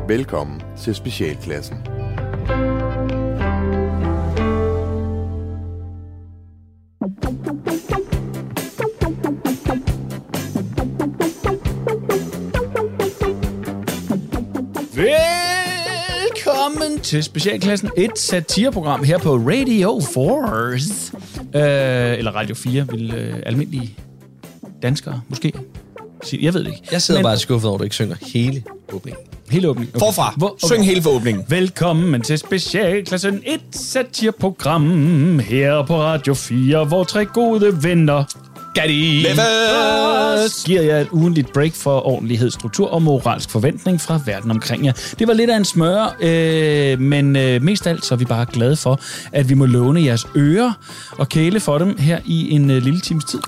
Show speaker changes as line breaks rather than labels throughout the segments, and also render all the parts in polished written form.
Velkommen til Specialklassen.
Velkommen til Specialklassen, et satireprogram her på Radio 4. Eller Radio 4, vil almindelige danskere måske sige. Jeg ved det ikke.
Jeg sidder bare skuffet over, at du ikke synger hele åbningen.
Hele åbningen?
Okay. Forfra. Syng hele for åbningen.
Velkommen til Specialklassen, et satireprogram her på Radio 4, hvor tre gode venner giver jeg et ugentligt break for ordentlighed, struktur og moralsk forventning fra verden omkring jer. Det var lidt af en smøre, men mest af alt så er vi bare glade for, at vi må låne jeres ører og kæle for dem her i en lille times tid.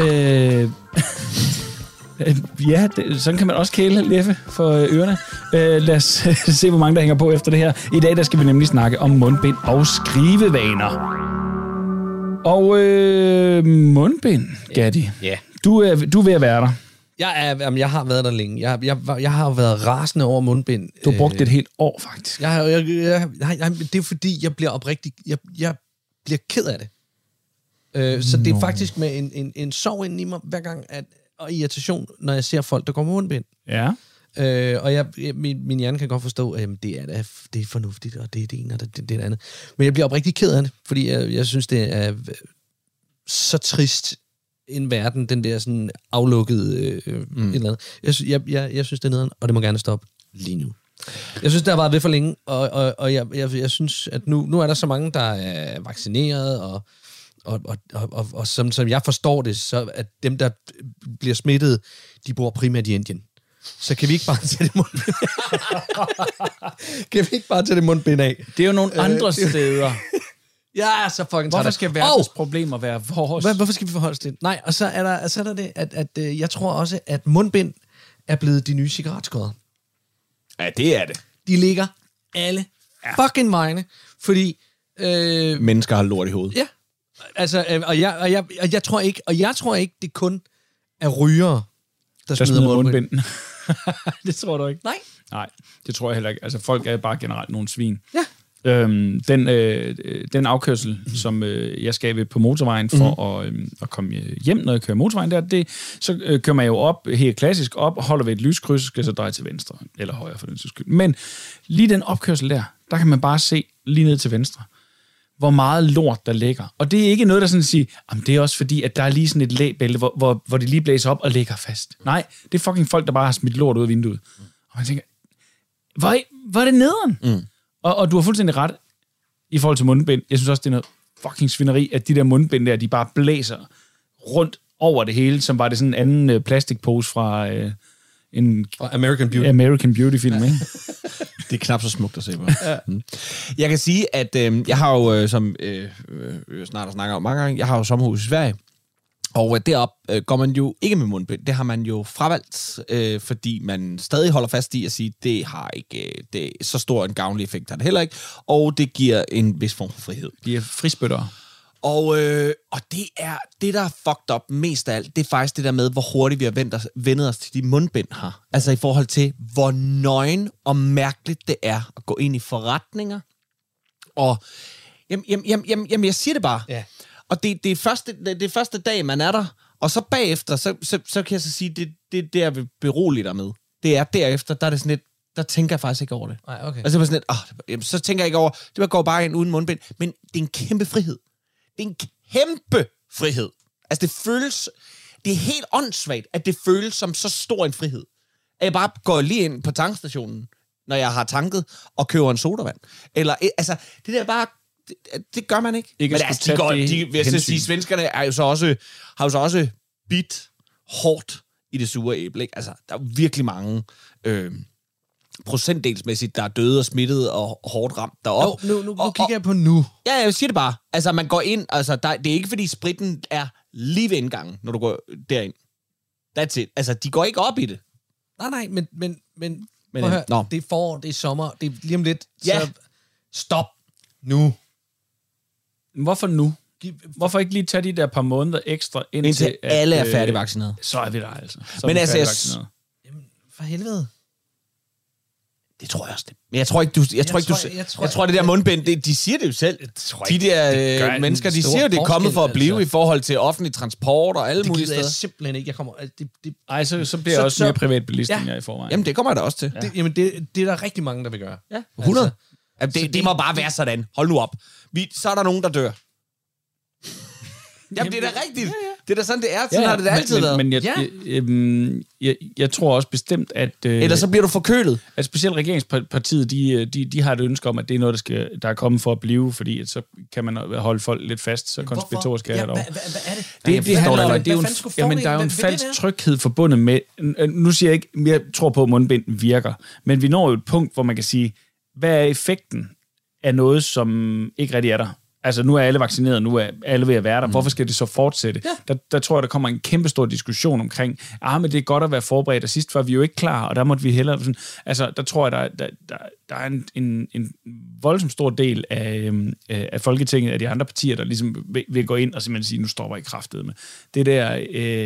Ja, sådan kan man også kæle Leffe for ørerne. Lad os se, hvor mange der hænger på efter det her. I dag der skal vi nemlig snakke om mundbind og skrivevaner. Og mundbind, Gatti.
Ja.
Du er ved at være der.
Jeg har været der længe. Jeg har været rasende over mundbind.
Du har brugt det et helt år, faktisk.
Det er fordi, jeg bliver oprigtig... Jeg bliver ked af det. Så det er faktisk med en sorg inden i mig, hver gang, og irritation, når jeg ser folk, der går med mundbind.
Ja.
Og min hjerne kan godt forstå, at det er fornuftigt, og det er det ene, og det er det andet. Men jeg bliver oprigtig ked af det, fordi jeg synes, det er så trist en verden, den der sådan aflukkede et eller andet. Jeg synes, det er nederen, og det må gerne stoppe lige nu. Jeg synes, det har været ved for længe, og jeg synes, at nu er der så mange, der er vaccineret, og som jeg forstår det, så at dem, der bliver smittet, de bor primært i Indien. Så kan vi ikke bare tage det mundbind af?
Det er jo nogle andre steder.
Jeg er så fucking
Hvorfor skal verdens problemer være vores?
Hvorfor skal vi forholde os til det? Nej, og så er der det, at jeg tror også, at mundbind er blevet de nye cigaretskodder.
Ja, det er det.
De ligger alle fucking vegne, fordi...
Mennesker har lort i hovedet.
Ja, altså, og jeg tror ikke, det kun er rygere, der smider mundbind.
Det tror du ikke? Nej, det tror jeg heller ikke. Altså, folk er bare generelt nogle svin.
Ja.
Den afkørsel, som jeg skal ved på motorvejen for at komme hjem, når jeg kører motorvejen, så kører man jo op, helt klassisk op, holder ved et lyskryds, skal så dreje til venstre, eller højre for den skyld. Men lige den opkørsel der kan man bare se lige ned til venstre, hvor meget lort der ligger. Og det er ikke noget, der sådan siger, det er også fordi, at der er lige sådan et læbælte, hvor det lige blæser op og ligger fast. Nej, det er fucking folk, der bare har smidt lort ud af vinduet. Og man tænker, hvor er det nederen? Og du har fuldstændig ret i forhold til mundbind. Jeg synes også, det er noget fucking svineri, at de der mundbind der, de bare blæser rundt over det hele, som var det sådan en anden plastikpose fra American Beauty-film, ikke?
Det er knap så smukt at se på. Ja. Jeg kan sige, at jeg har jo, som snart snakker om mange gange, jeg har jo sommerhus i Sverige, og derop går man jo ikke med mundbind. Det har man jo fravalgt, fordi man stadig holder fast i at sige, det har ikke det så stor en gavnlig effekt, har det heller ikke, og det giver en vis form for frihed.
De er frispyttere.
Og det er det, der er fucked up mest af alt, det er faktisk det der med, hvor hurtigt vi har vendet os til de mundbind her. Altså i forhold til, hvor nøgen og mærkeligt det er at gå ind i forretninger. Og jamen jeg siger det bare.
Ja.
Og det er første dag, man er der, og så bagefter, så kan jeg så sige, det jeg vil berolige dig med. Det er derefter, der er det sådan lidt, der tænker jeg faktisk ikke over det.
Nej, okay.
Altså det er sådan lidt, så tænker jeg ikke over, det går bare ind uden mundbind, men det er en kæmpe frihed. Det er en kæmpe frihed. Altså det er helt åndssvagt, at det føles som så stor en frihed. At jeg bare går lige ind på tankstationen, når jeg har tanket, og køber en sodavand. Eller, altså, det der bare, det gør man ikke. Men altså, vil sige, svenskerne har jo så også bidt hårdt i det sure æble, ikke? Altså, der er virkelig mange procentdelsmæssigt, der er døde og smittet og hårdt ramt deroppe.
Nu kigger jeg på nu.
Ja, jeg siger det bare. Altså, man går ind, altså, det er ikke, fordi spritten er lige ved indgangen, når du går derind. That's it. Altså, de går ikke op i det.
Nej, men prøv at høre, det er forår, det er sommer, det er lige om lidt, så stop nu.
Hvorfor nu? Hvorfor ikke lige tage de der par måneder ekstra,
indtil alle er færdigvaccineret?
Så er vi der altså.
Men altså,
jamen, for helvede.
Det tror jeg også. Men jeg tror ikke, jeg tror det der mundbind, de siger det jo selv. De der mennesker, de siger jo, det er kommet for at blive i forhold til offentlig transport og alle mulige steder.
Det simpelthen ikke. Jeg kommer...
Ej, så bliver jeg også mere privatbilist, end jeg i forvejen.
Jamen, det kommer jeg da også til.
Jamen, det er der rigtig mange, der vil gøre.
Ja, 100. Altså, det må bare være sådan. Hold nu op. Så er der nogen, der dør. Jamen, det er da rigtigt. Det er da sådan, det er. Sådan har det altid været.
Men jeg tror også bestemt, at...
Eller så bliver du forkølet.
At specielt regeringspartiet, de har et ønske om, at det er noget, der er kommet for at blive, fordi så kan man holde folk lidt fast, så konspiratorisk er det dog.
Hvad er det?
Det handler om, at der er jo en falsk tryghed forbundet med... Nu siger jeg ikke, jeg tror på, at mundbind virker, men vi når jo et punkt, hvor man kan sige, hvad er effekten af noget, som ikke rigtig er der? Altså, nu er alle vaccineret, nu er alle ved at være der. Hvorfor skal det så fortsætte? Ja. Der tror jeg, der kommer en kæmpe stor diskussion omkring, men det er godt at være forberedt, og sidst var vi jo ikke klar, og der måtte vi hellere... Sådan, altså, der tror jeg, der er en voldsomt stor del af Folketinget, af de andre partier, der ligesom vil gå ind og simpelthen sige, nu stopper I kraftet med. Det der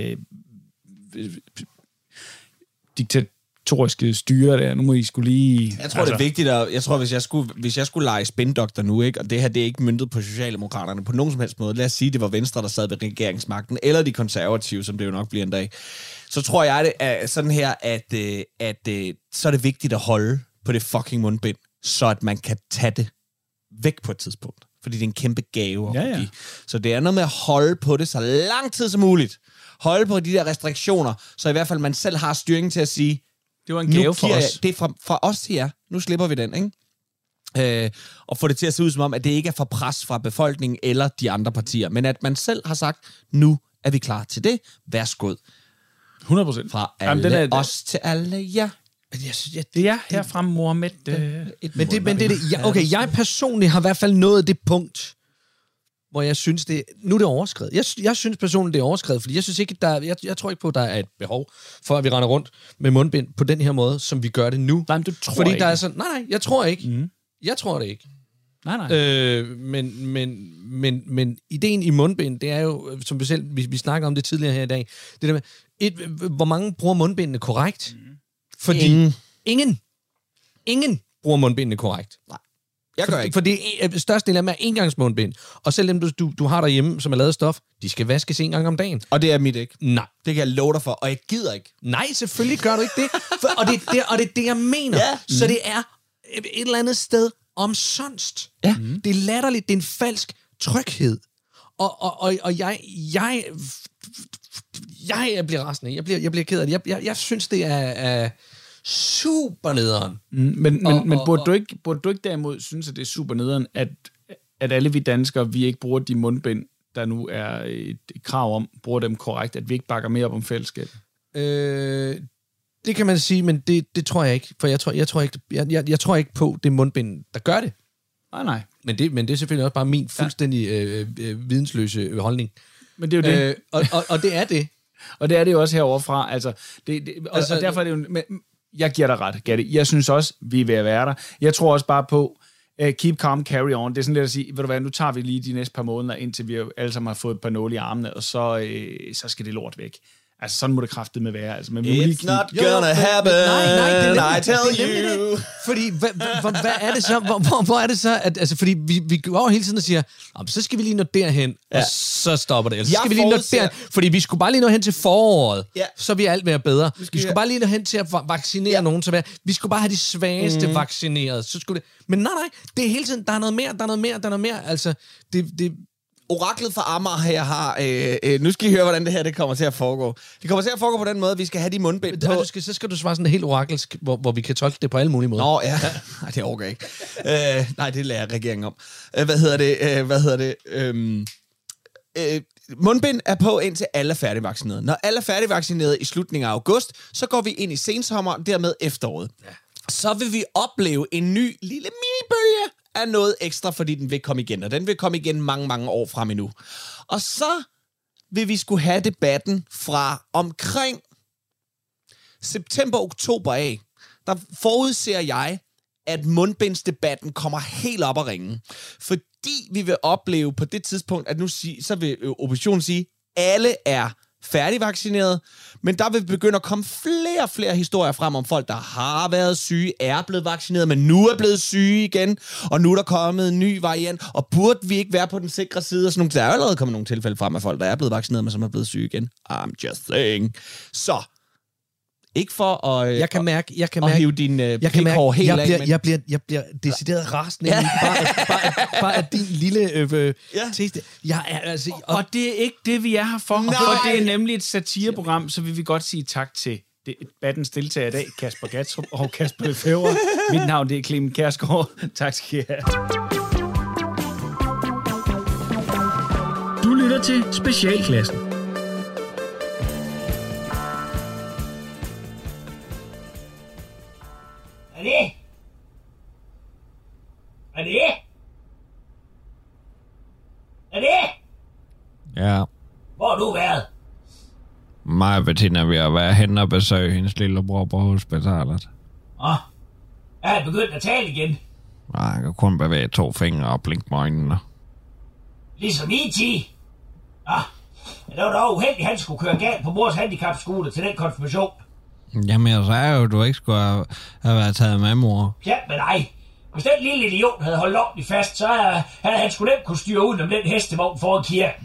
diktatoriske styre der, nu må I skulle lige...
Jeg tror, det er vigtigt, jeg tror, hvis jeg skulle lege spindoktor nu, ikke, og det her, det er ikke møntet på Socialdemokraterne på nogen som helst måde, lad os sige, det var Venstre, der sad ved regeringsmagten, eller de konservative, som det jo nok bliver en dag, så tror jeg, det er sådan her, at så er det vigtigt at holde på det fucking mundbind, så at man kan tage det væk på et tidspunkt. Fordi det er en kæmpe gave at give. Så det er noget med at holde på det så lang tid som muligt. Holde på de der restriktioner, så i hvert fald man selv har styringen til at sige,
det var en gave for os.
Det er fra os til jer. Nu slipper vi den, ikke? Og få det til at se ud som om, at det ikke er for pres fra befolkningen eller de andre partier, men at man selv har sagt, nu er vi klar til det. Værsgod.
100%.
Fra alle os til alle jer.
Det er herfra, Mohammed.
Men det er det. Okay, jeg personligt har i hvert fald nået det punkt, hvor jeg synes, nu er det overskredet. Jeg synes personligt, det er overskredet, fordi jeg synes ikke, jeg tror ikke på, at der er et behov for, at vi render rundt med mundbind på den her måde, som vi gør det nu.
Nej, du tror
fordi
ikke.
Der er sådan, nej, jeg tror ikke. Mm. Jeg tror det ikke.
Nej.
Men ideen i mundbind, det er jo, som vi snakker om det tidligere her i dag, det der med, hvor mange bruger mundbindene korrekt? Fordi ingen bruger mundbindene korrekt. Nej.
Jeg gør ikke.
For det største del af dem er engangsmundbind. Og selv dem, du har derhjemme, som er lavet af stof, de skal vaskes en gang om dagen.
Og det er mit ikke.
Nej.
Det kan jeg love dig for, og jeg gider ikke.
Nej, selvfølgelig gør du ikke det. Og det er det, jeg mener. Ja. Så det er et eller andet sted omsonst. Ja. Det er latterligt. Det er en falsk tryghed. Og jeg bliver rasende. Jeg bliver ked af det. Jeg synes, det er super nederen.
Men burde du ikke derimod synes, at det er super nederen, at alle vi danskere, vi ikke bruger de mundbind, der nu er et krav om, bruger dem korrekt, at vi ikke bakker mere op om fællesskab?
Det kan man sige, men det tror jeg ikke. For jeg tror ikke på det mundbind, der gør det.
Nej. Men
det er selvfølgelig også bare min fuldstændig vidensløse holdning.
Men det er jo det.
Og det er det.
Og det er det jo også heroverfra. Altså, og derfor er det jo... Jeg giver dig ret, Gatti. Jeg synes også, vi er ved at være der. Jeg tror også bare på, keep calm, carry on. Det er sådan lidt at sige, ved du hvad, nu tager vi lige de næste par måneder, indtil vi alle sammen har fået et par nåle i armene, og så skal det lort væk. Altså, sådan må det kraftedeme være. Altså, men
it's not gonna happen, I tell you.
Fordi, hvad er det så? Hvor er det så? Altså, fordi vi går hele tiden og siger, så skal vi lige nå derhen, og så stopper det. Så skal vi lige nå derhen, fordi vi skulle bare lige nå hen til foråret, så vil alt være bedre. Vi skulle bare lige nå hen til at vaccinere nogen, vi skulle bare have de svageste vaccineret. Så skulle det. Men nej, det er hele tiden, der er noget mere. Altså, det
Oraklet for Amager her har... nu skal I høre, hvordan det her det kommer til at foregå. Det kommer til at foregå på den måde, vi skal have de mundbind på.
Så skal du svare sådan helt orakelsk, hvor vi kan tolke det på alle mulige måder.
Nå, ja. Nej, det overgår ikke. Nej, det lærer regeringen om. Mundbind er på, indtil alle er færdigvaccineret. Når alle er færdigvaccineret i slutningen af august, så går vi ind i sensommer, dermed efteråret. Ja. Så vil vi opleve en ny lille minibølge af noget ekstra, fordi den vil komme igen. Og den vil komme igen mange, mange år frem endnu. Og så vil vi skulle have debatten fra omkring september-oktober af. Der forudser jeg, at mundbindsdebatten kommer helt op at ringe. Fordi vi vil opleve på det tidspunkt, at nu så vil oppositionen sige, alle er færdigvaccineret, men der vil begynde at komme flere og flere historier frem om folk, der har været syge, er blevet vaccineret, men nu er blevet syge igen, og nu er der kommet en ny variant, og burde vi ikke være på den sikre side? Og sådan nogle, der er jo allerede kommet nogle tilfælde frem af folk, der er blevet vaccineret, men som er blevet syge igen. I'm just saying. Så, ikke for at,
jeg kan mærke,
at hive din pikhår helt af.
Jeg bliver decideret rasende. Bare af din lille teste. Jeg er, altså,
og det er ikke det, vi er her for.
Nej.
Og det er nemlig et satireprogram, så vil vi godt sige tak til debattens deltager i dag, Kasper Gatrup og Kasper Lefebvre. Mit navn det er Clemen Kjærsgaard. Tak skal I have. Du lytter til Specialklassen.
Er det?
Ja.
Hvor har du været?
Mig og Bettina vil være hen og besøge hendes lillebror på hospitalet.
Jeg er begyndt at tale igen.
Nej, jeg kan kun bevæge 2 fingre og blinke med øjnene.
Ligesom E.T. Det var da uheldigt, han skulle køre galt på mors handicapskole til den konfirmation.
Jamen, jeg sagde jo, at du ikke skulle have været taget med, mor.
Pjat med dig. Hvis den lille idiot havde holdt ordentligt fast, så havde han sgu nemt kunne styre ud om den hestevogn foran kirken.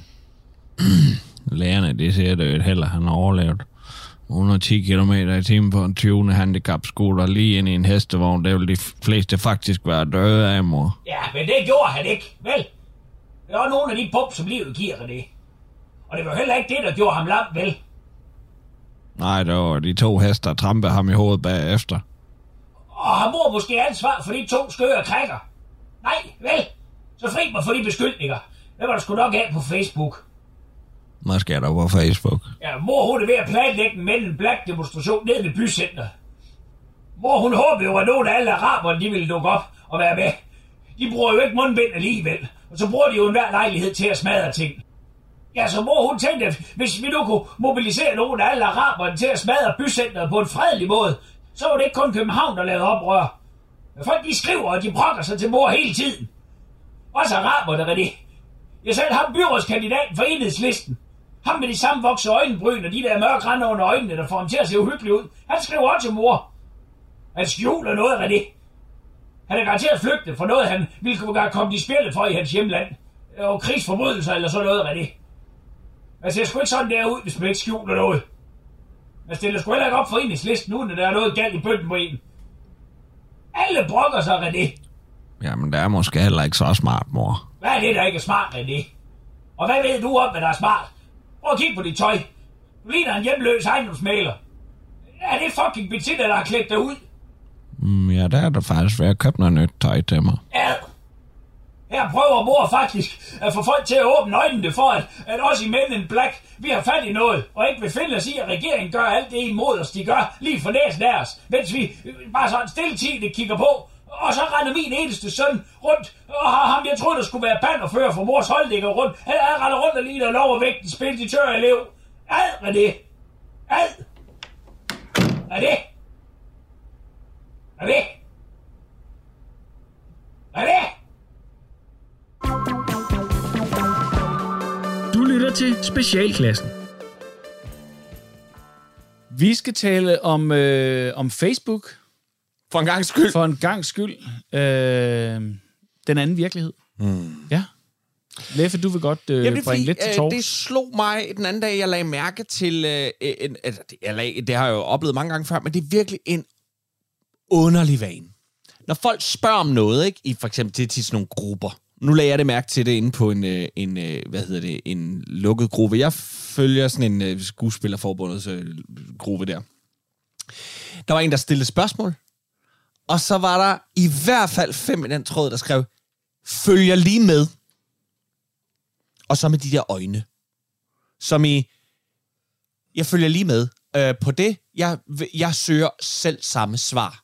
Lærerne, de siger det jo heller, han har overlevet. 110 km i timen på en 20. handicapskole og lige ind i en hestevogn, det vil de fleste faktisk være døde af, mor.
Ja, men det gjorde han ikke, vel? Det var nogle af de bump, som livet giver det. Og det var heller ikke det, der gjorde ham lam, vel?
Nej, det var de 2 hester, der trampede ham i hovedet bagefter.
Og han bruger måske ansvar for de 2 skøre krækker. Nej, vel? Så fri mig for de beskyldninger. Det var der sgu nok af på Facebook.
Måske er der på Facebook.
Ja, mor hun er ved at planlægge en Men in Black demonstration ned ved bycenter. Mor hun håber jo, at nogle af alle araberne, de ville dukke op og være med. De bruger jo ikke mundbind alligevel. Og så bruger de jo enhver lejlighed til at smadre ting. Ja, så mor hun tænkte, at hvis vi nu kunne mobilisere nogle af alle araberne til at smadre bycenteret på en fredelig måde, så var det ikke kun København, der lavede oprør. Men folk de skriver, og de brokker sig til mor hele tiden. Også araberne, René. Jeg selv ham byrådskandidaten for Enhedslisten. Ham med de samme voksede øjenbryn og de der mørke rande under øjnene, der får ham til at se uhyggeligt ud. Han skriver også til mor. Han skjuler noget, René. Han er garanteret flygtet for noget, han ville kunne komme i spjældet for i hans hjemland. Og krigsforbrydelser eller sådan noget, René. Man ser sgu ikke sådan der ud, hvis man ikke skjuler noget. Man stiller sgu heller ikke op for Enhedslisten, uden at der er noget galt i bøtten på en. Alle brokker sig, René.
Jamen, det er måske heller ikke så smart, mor.
Hvad er det, der ikke er smart, René? Og hvad ved du om, hvad der er smart? Prøv at kigge på dit tøj. Du ligner en hjemløs ejendomsmægler. Er det fucking Bettina, der har klædt dig ud?
Ja, der er der faktisk ved at købe noget nyt tøj til mig.
Ja. Her prøver mor faktisk at få folk til at åbne øjnene for, at os i Men in Black, vi har fat i noget, og ikke vil finde os i, at regeringen gør alt det imod os, de gør lige for næsen af os, mens vi bare sådan stille kigger på. Og så render min eneste søn rundt, og ham jeg troede, der skulle være bannerfører for mors holdninger rundt. Han render rundt og ligner lov og vægten speditør elev. Ad, René. Ad. René. René. René.
Du lytter til Specialklassen. Vi skal tale om Facebook.
For en gangs skyld.
For en gangs skyld. Den anden virkelighed. Ja. Leffe, du vil godt bringe lidt til torvs.
Det slog mig den anden dag, jeg lagde mærke til... det har jeg jo oplevet mange gange før, men det er virkelig en underlig vane. Når folk spørger om noget, ikke, i for eksempel til sådan nogle grupper. Nu lagde jeg det mærke til det inde på en lukket gruppe. Jeg følger sådan en skuespillerforbundets gruppe der. Der var en, der stillede spørgsmål. Og så var der i hvert fald 5 i den tråd, der skrev, følger lige med. Og så med de der øjne. Som i, jeg følger lige med på det. Jeg søger selv samme svar.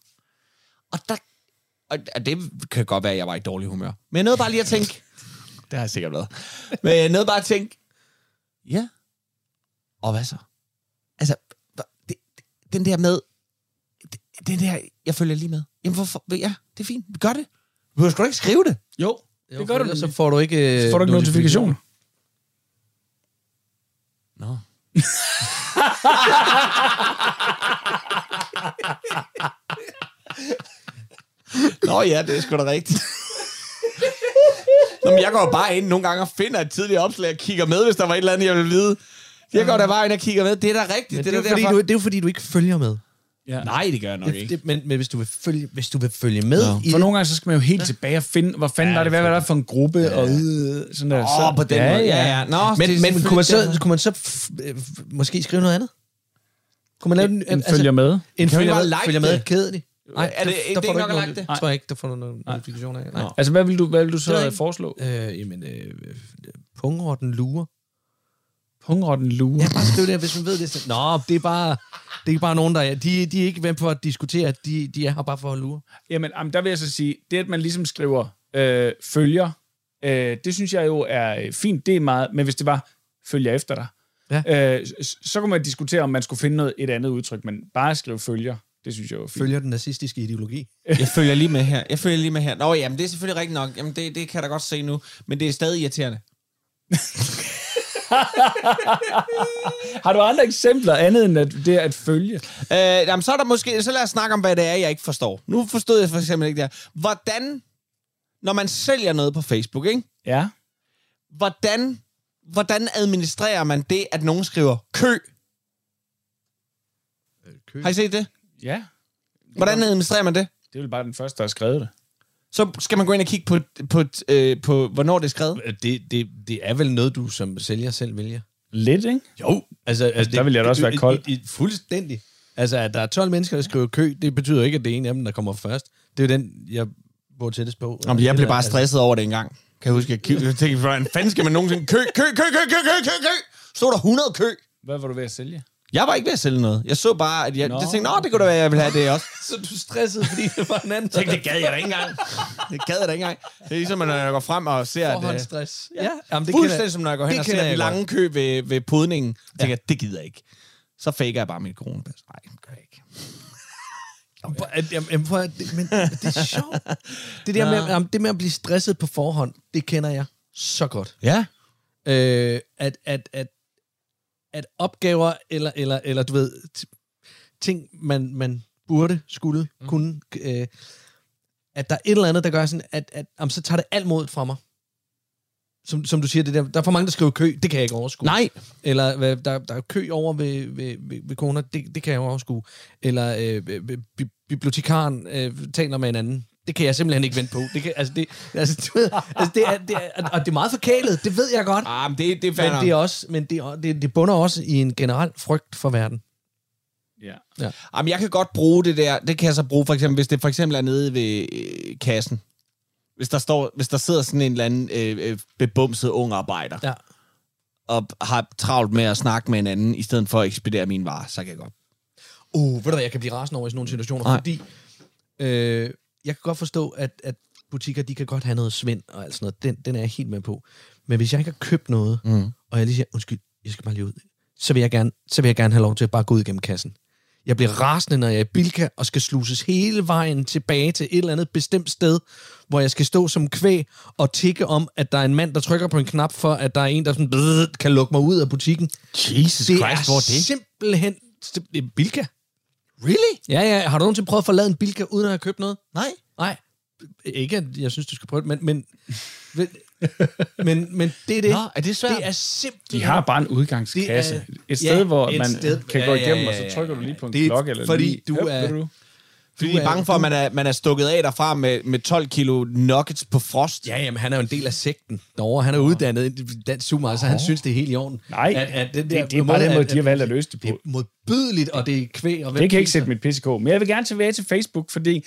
Og det kan godt være, at jeg var i dårlig humør. Men jeg nåede bare lige at tænke, det har jeg sikkert været. Men jeg nåede bare at tænke, ja, og hvad så? Altså, den der med, den der, jeg følger lige med. Jamen hvorfor? Ja, det er fint, vi gør det. Du behøver sgu da ikke skrive det.
Jo, det gør du.
Så får du ikke
notifikation.
Nå. Nå ja, det er sgu da rigtigt. Nå, men jeg går bare ind nogle gange og finder et tidligt opslag og kigger med, hvis der var et eller andet, jeg vil vide. Jeg går da bare ind og kigger med. Det er da rigtigt.
Det er jo fordi, du ikke følger med.
Ja.
Nej, det gør jeg nok ikke.
Men hvis du vil følge med i
For nogle gange, så skal man jo helt tilbage og finde, hvor fanden var det, hvad var der for en gruppe, og sådan der. Så,
På den måde. Ja. Nå,
Men kunne man så måske skrive noget andet? Kunne man lave
en følger med.
En
Kan vi bare like
følger med
det?
kedelig?
Nej, er det ikke nok at like det?
Tror jeg ikke, der får nogle notifikationer af. Nej.
Altså, hvad vil du så foreslå?
Pungrotten lurer.
Pungrotten lurer.
Ja, bare skriv det, hvis man ved det. Nå, det er ikke bare nogen, der de er ikke med på at diskutere, de er her bare for at lure.
Jamen, der vil jeg så sige, det at man ligesom skriver følger, det synes jeg jo er fint, det er meget, men hvis det var følger efter dig, så kunne man diskutere, om man skulle finde et andet udtryk, men bare skrive følger, det synes jeg jo er fint.
Følger den nazistiske ideologi.
Jeg følger lige med her. Nå, jamen, det er selvfølgelig rigtigt nok. Jamen, det kan jeg da godt se nu, men det er stadig irriterende.
Har du andre eksempler andet end det at følge?
Jamen, så er der måske... Så lad os snakke om, hvad det er, jeg ikke forstår. Nu forstod jeg for eksempel ikke det her. Hvordan... Når man sælger noget på Facebook, ikke?
Ja.
Hvordan administrerer man det, at nogen skriver kø? Har I set det?
Ja.
Hvordan administrerer man det?
Det er vel bare den første, der har skrevet det.
Så skal man gå ind og kigge på hvornår det er skrevet?
Det er vel noget, du som sælger selv vælger?
Lidt, ikke?
Jo. Altså
der vil jeg da også være kold.
Fuldstændig. Altså, at der er 12 mennesker, der skriver kø, det betyder ikke, at det er en af dem, der kommer først. Det er jo den, jeg bor tættest på.
Jamen, jeg blev bare stresset over det engang. Kan jeg huske, jeg tænkte, hvordan fanden skal man nogensinde... Kø! Stod der 100 kø?
Hvad var du ved at sælge?
Jeg var ikke ved at sælge noget. Jeg så bare, at jeg tænkte, det kunne da være, jeg ville have det også.
Så du stressede, fordi det var en anden.
Jeg tænkte, det gad jeg da ikke engang. Det er ligesom, når jeg går frem og ser...
Forhåndsstress. Ja, jamen, det
fuldstændig som når jeg går hen og ser den lange
godt.
kø ved podningen. Jeg tænker, det gider jeg ikke. Så faker jeg bare mit coronapas. Nej, det gør jeg ikke.
Men det er sjovt. Det med at blive stresset på forhånd, det kender jeg så godt.
Ja.
At opgaver eller du ved ting man skulle kunne at der er et eller andet der gør sådan at så tager det alt modet fra mig. Som du siger, der er for mange der skriver kø, det kan jeg ikke overskue.
Nej.
Eller der er kø over ved corona, det kan jeg overskue. Eller bibliotekaren taler med en anden. Det kan jeg simpelthen ikke vente på. Det kan, det er meget forkælet, det ved jeg godt.
Men det er
men det er også, det bunder også i en generel frygt for verden.
Ja.
Jamen, jeg kan godt bruge det der. Det kan jeg så bruge, for eksempel, hvis det for eksempel er nede ved kassen. Hvis der sidder sådan en eller anden bebumset ung arbejder, og har travlt med at snakke med en anden, i stedet for at ekspedere mine varer, så kan jeg godt.
Ved du hvad, jeg kan blive rasende over i sådan nogle situationer, fordi jeg kan godt forstå, at butikker, de kan godt have noget svind og alt sådan noget. Den er jeg helt med på. Men hvis jeg ikke har købt noget, og jeg lige siger, undskyld, jeg skal bare lige ud, så vil jeg gerne have lov til at bare gå ud igennem kassen. Jeg bliver rasende, når jeg er i Bilka og skal sluses hele vejen tilbage til et eller andet bestemt sted, hvor jeg skal stå som kvæg og tikke om, at der er en mand, der trykker på en knap for, at der er en, der sådan, kan lukke mig ud af butikken.
Jesus Christ, hvor er det?
Simpelthen Bilka.
Really?
Ja. Har du nogensinde prøvet at forlade en Bilka, uden at have købt noget?
Nej.
Ikke, at jeg synes, du skal prøve det, men det er det.
Nå, er det svært?
Det er simpelthen...
De har bare en udgangskasse. Et sted, hvor man kan gå igennem, og så trykker du lige på en klokke. Eller
fordi
lige,
du er...
Fordi de er bange for, at man er stukket af derfra med 12 kilo nuggets på frost.
Ja, jamen, han er jo en del af sekten derovre. Han er uddannet i dansk sumo, så han synes, det er helt i orden.
Nej, det er bare den måde, de har valgt at løse det på.
Det er modbydeligt, og det er kvæg. Og
det kan jeg ikke sætte mit pisse på. Men jeg vil gerne tilbage til Facebook, fordi...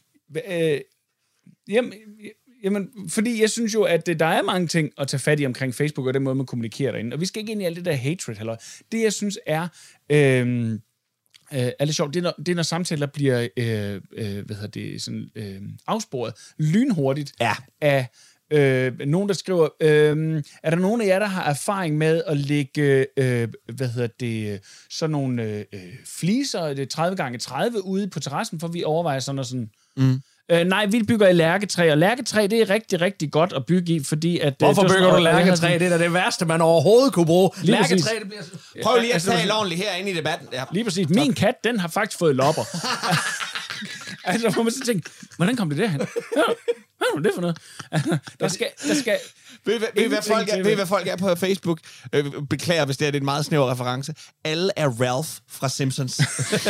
fordi jeg synes jo, at der er mange ting at tage fat i omkring Facebook, og den måde, man kommunikerer derinde. Og vi skal ikke ind i alt det der hatred, eller det, jeg synes er... er lidt sjovt, det er, når samtaler bliver afsporet lynhurtigt af nogen, der skriver, er der nogen af jer, der har erfaring med at lægge sådan nogle fliser, 30x30 ude på terrassen, for vi overvejer sådan og sådan. Nej, vi bygger i lærketræ, og lærketræ, det er rigtig, rigtig godt at bygge i, fordi at...
Hvorfor bygger du lærketræ?
Det
Det er da det værste, man overhovedet kunne bruge. Lærketræ, det bliver...
Prøv lige at tale ordentligt herinde i debatten. Ja.
Lige præcis. Min kat, den har faktisk fået lopper. Altså, hvor man så tænker, hvordan kom det derhen? Hvad er det for noget? Der skal
Ved I, hvad folk er på Facebook? Beklager, hvis det er en meget snæver reference. Alle er Ralph fra Simpsons.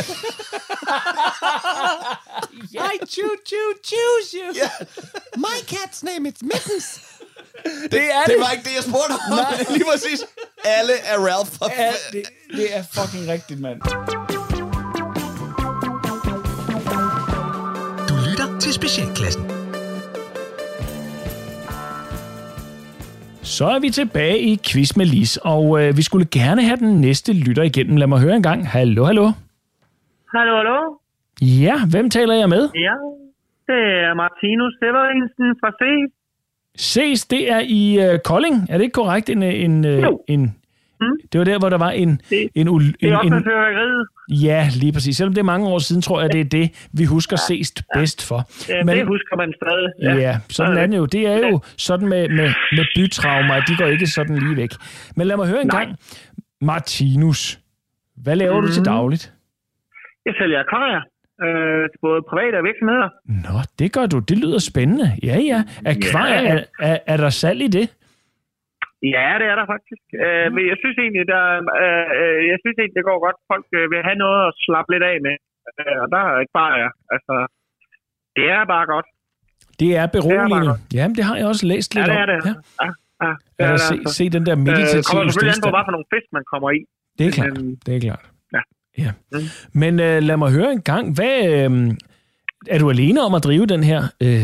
I choose you.
Yeah. My cat's name is Mittens.
Det
var ikke det, jeg spurgte om. Lige præcis. Alle er Ralph fra...
Det er fucking rigtigt, mand.
Du lytter til Specialklassen.
Så er vi tilbage i Quiz med Lis, og vi skulle gerne have den næste lytter igennem. Lad mig høre en gang. Hallo, hallo.
Hallo.
Ja, hvem taler jeg med?
Ja, det er Martinus Severinsen fra Ses.
Ses, det er i Kolding. Er det ikke korrekt? Det var der, hvor der var en...
Det er også med fyrværkeriet.
Ja, lige præcis. Selvom det er mange år siden, tror jeg, det er det, vi husker ses bedst for.
Ja, men, det husker man stadig.
Ja, sådan er det jo. Det er jo sådan med bytraumer, at de går ikke sådan lige væk. Men lad mig høre en gang. Martinus, hvad laver du til dagligt?
Jeg sælger akvarier. Både private og virksomheder.
Nå, det gør du. Det lyder spændende. Ja. Akvarier, er der salg i det?
Ja, det er der faktisk. Men jeg synes egentlig, det går godt. Folk vil have noget at slappe lidt af med. Og der er ikke bare altså, det er bare godt.
Det er beroligende. Jamen, det har jeg også læst lidt om.
Ja, det er det.
Ja. Se den der meditative
tilstand. Kommer selvfølgelig an på, hvad for nogle fisk, man kommer i.
Det er klart. Det er klart. Ja. Men lad mig høre en gang. Er du alene om at drive den her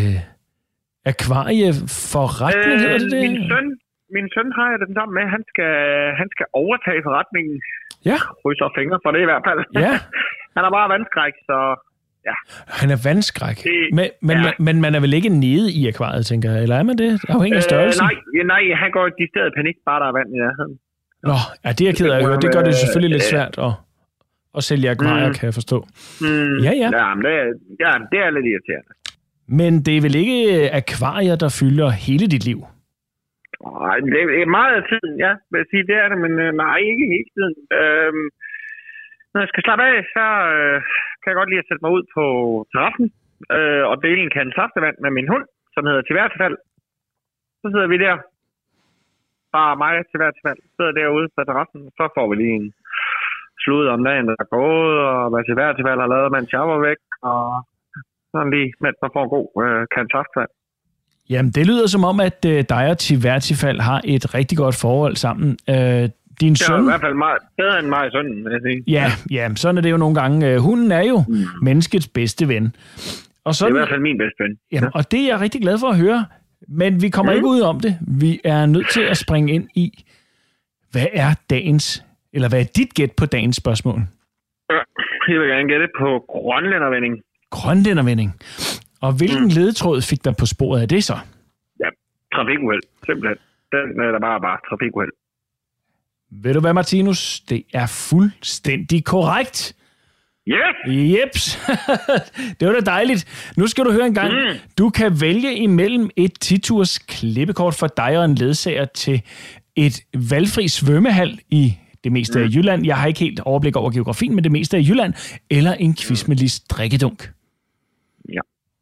akvarieforretning? Hedder det?
Min søn har jeg den sammen med. Han skal overtage forretningen.
Ja.
Krydser fingre for det i hvert fald.
Ja.
Han er bare vandskræk, så ja.
Han er vandskræk. Men man er vel ikke nede i akvariet, tænker jeg? Eller er man det? Afhængig af størrelsen?
Nej, han går i stedet panik, bare der er vand i nærheden.
Nå, ja, det er jeg ked af at høre. Det gør det selvfølgelig lidt svært at sælge akvarier, kan jeg forstå. Ja.
Jamen, det er lidt irriterende.
Men det er vel ikke akvarier, der fylder hele dit liv?
Nej, det er meget af tiden, ja. Vil jeg sige, det er det, men nej, ikke hele tiden. Når jeg skal slappe af, så kan jeg godt lide at sætte mig ud på terrassen og dele en kande saftevand med min hund, som hedder Til hver tilfald. Så sidder vi der. Bare mig til hver tilfald. Sidder derude på terrassen, så får vi lige en slud om dagen, der er gået, og hvad Til hver tilfald har lavet, mens jeg var væk, og sådan lige, mens man får en god kande saftevand.
Jamen, det lyder som om, at dig og Til hver tilfald har et rigtig godt forhold sammen. Din søn...
Det er i hvert fald meget bedre end mig og sønnen, vil jeg sige.
Ja, sådan er det jo nogle gange. Hunden er jo menneskets bedste ven. Og sådan,
det er i hvert fald min bedste ven.
Jamen, og det er jeg rigtig glad for at høre. Men vi kommer ikke ud om det. Vi er nødt til at springe ind i, hvad er dit gæt på dagens spørgsmål?
Jeg vil gerne gætte på grønlændervending.
Grønlændervending. Og hvilken ledetråd fik dig på sporet af det så?
Ja, trafikuheld. Simpelthen. Den er der bare trafikuheld.
Ved du hvad, Martinus? Det er fuldstændig korrekt. Jeps. Det var da dejligt. Nu skal du høre en gang. Du kan vælge imellem et 10-turs klippekort for dig og en ledsager til et valgfri svømmehal i det meste af Jylland. Jeg har ikke helt overblik over geografien, men det meste af Jylland. Eller en quiz med Lis drikkedunk.
Ja.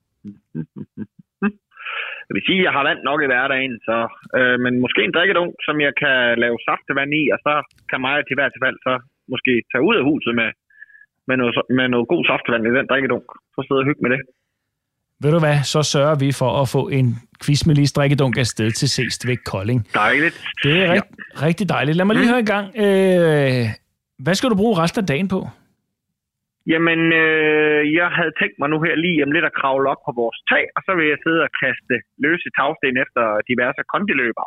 Jeg vil sige, at jeg har vand nok i hverdagen, så, men måske en drikkedunk, som jeg kan lave saftevand i, og så kan mig til hvert fald så måske tage ud af huset med noget god saftevand i den drikkedunk. Så sidder og hygge med det.
Ved du hvad, så sørger vi for at få en quiz med Lis drikkedunk afsted til Seest ved Kolding.
Dejligt.
Det er rigtig dejligt. Lad mig lige høre en gang. Hvad skal du bruge resten af dagen på?
Jamen, jeg havde tænkt mig nu her lige om lidt at kravle op på vores tag, og så vil jeg sidde og kaste løse tagsten efter diverse kondiløbere.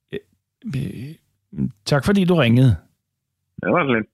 Tak fordi du ringede.
Det var så lidt.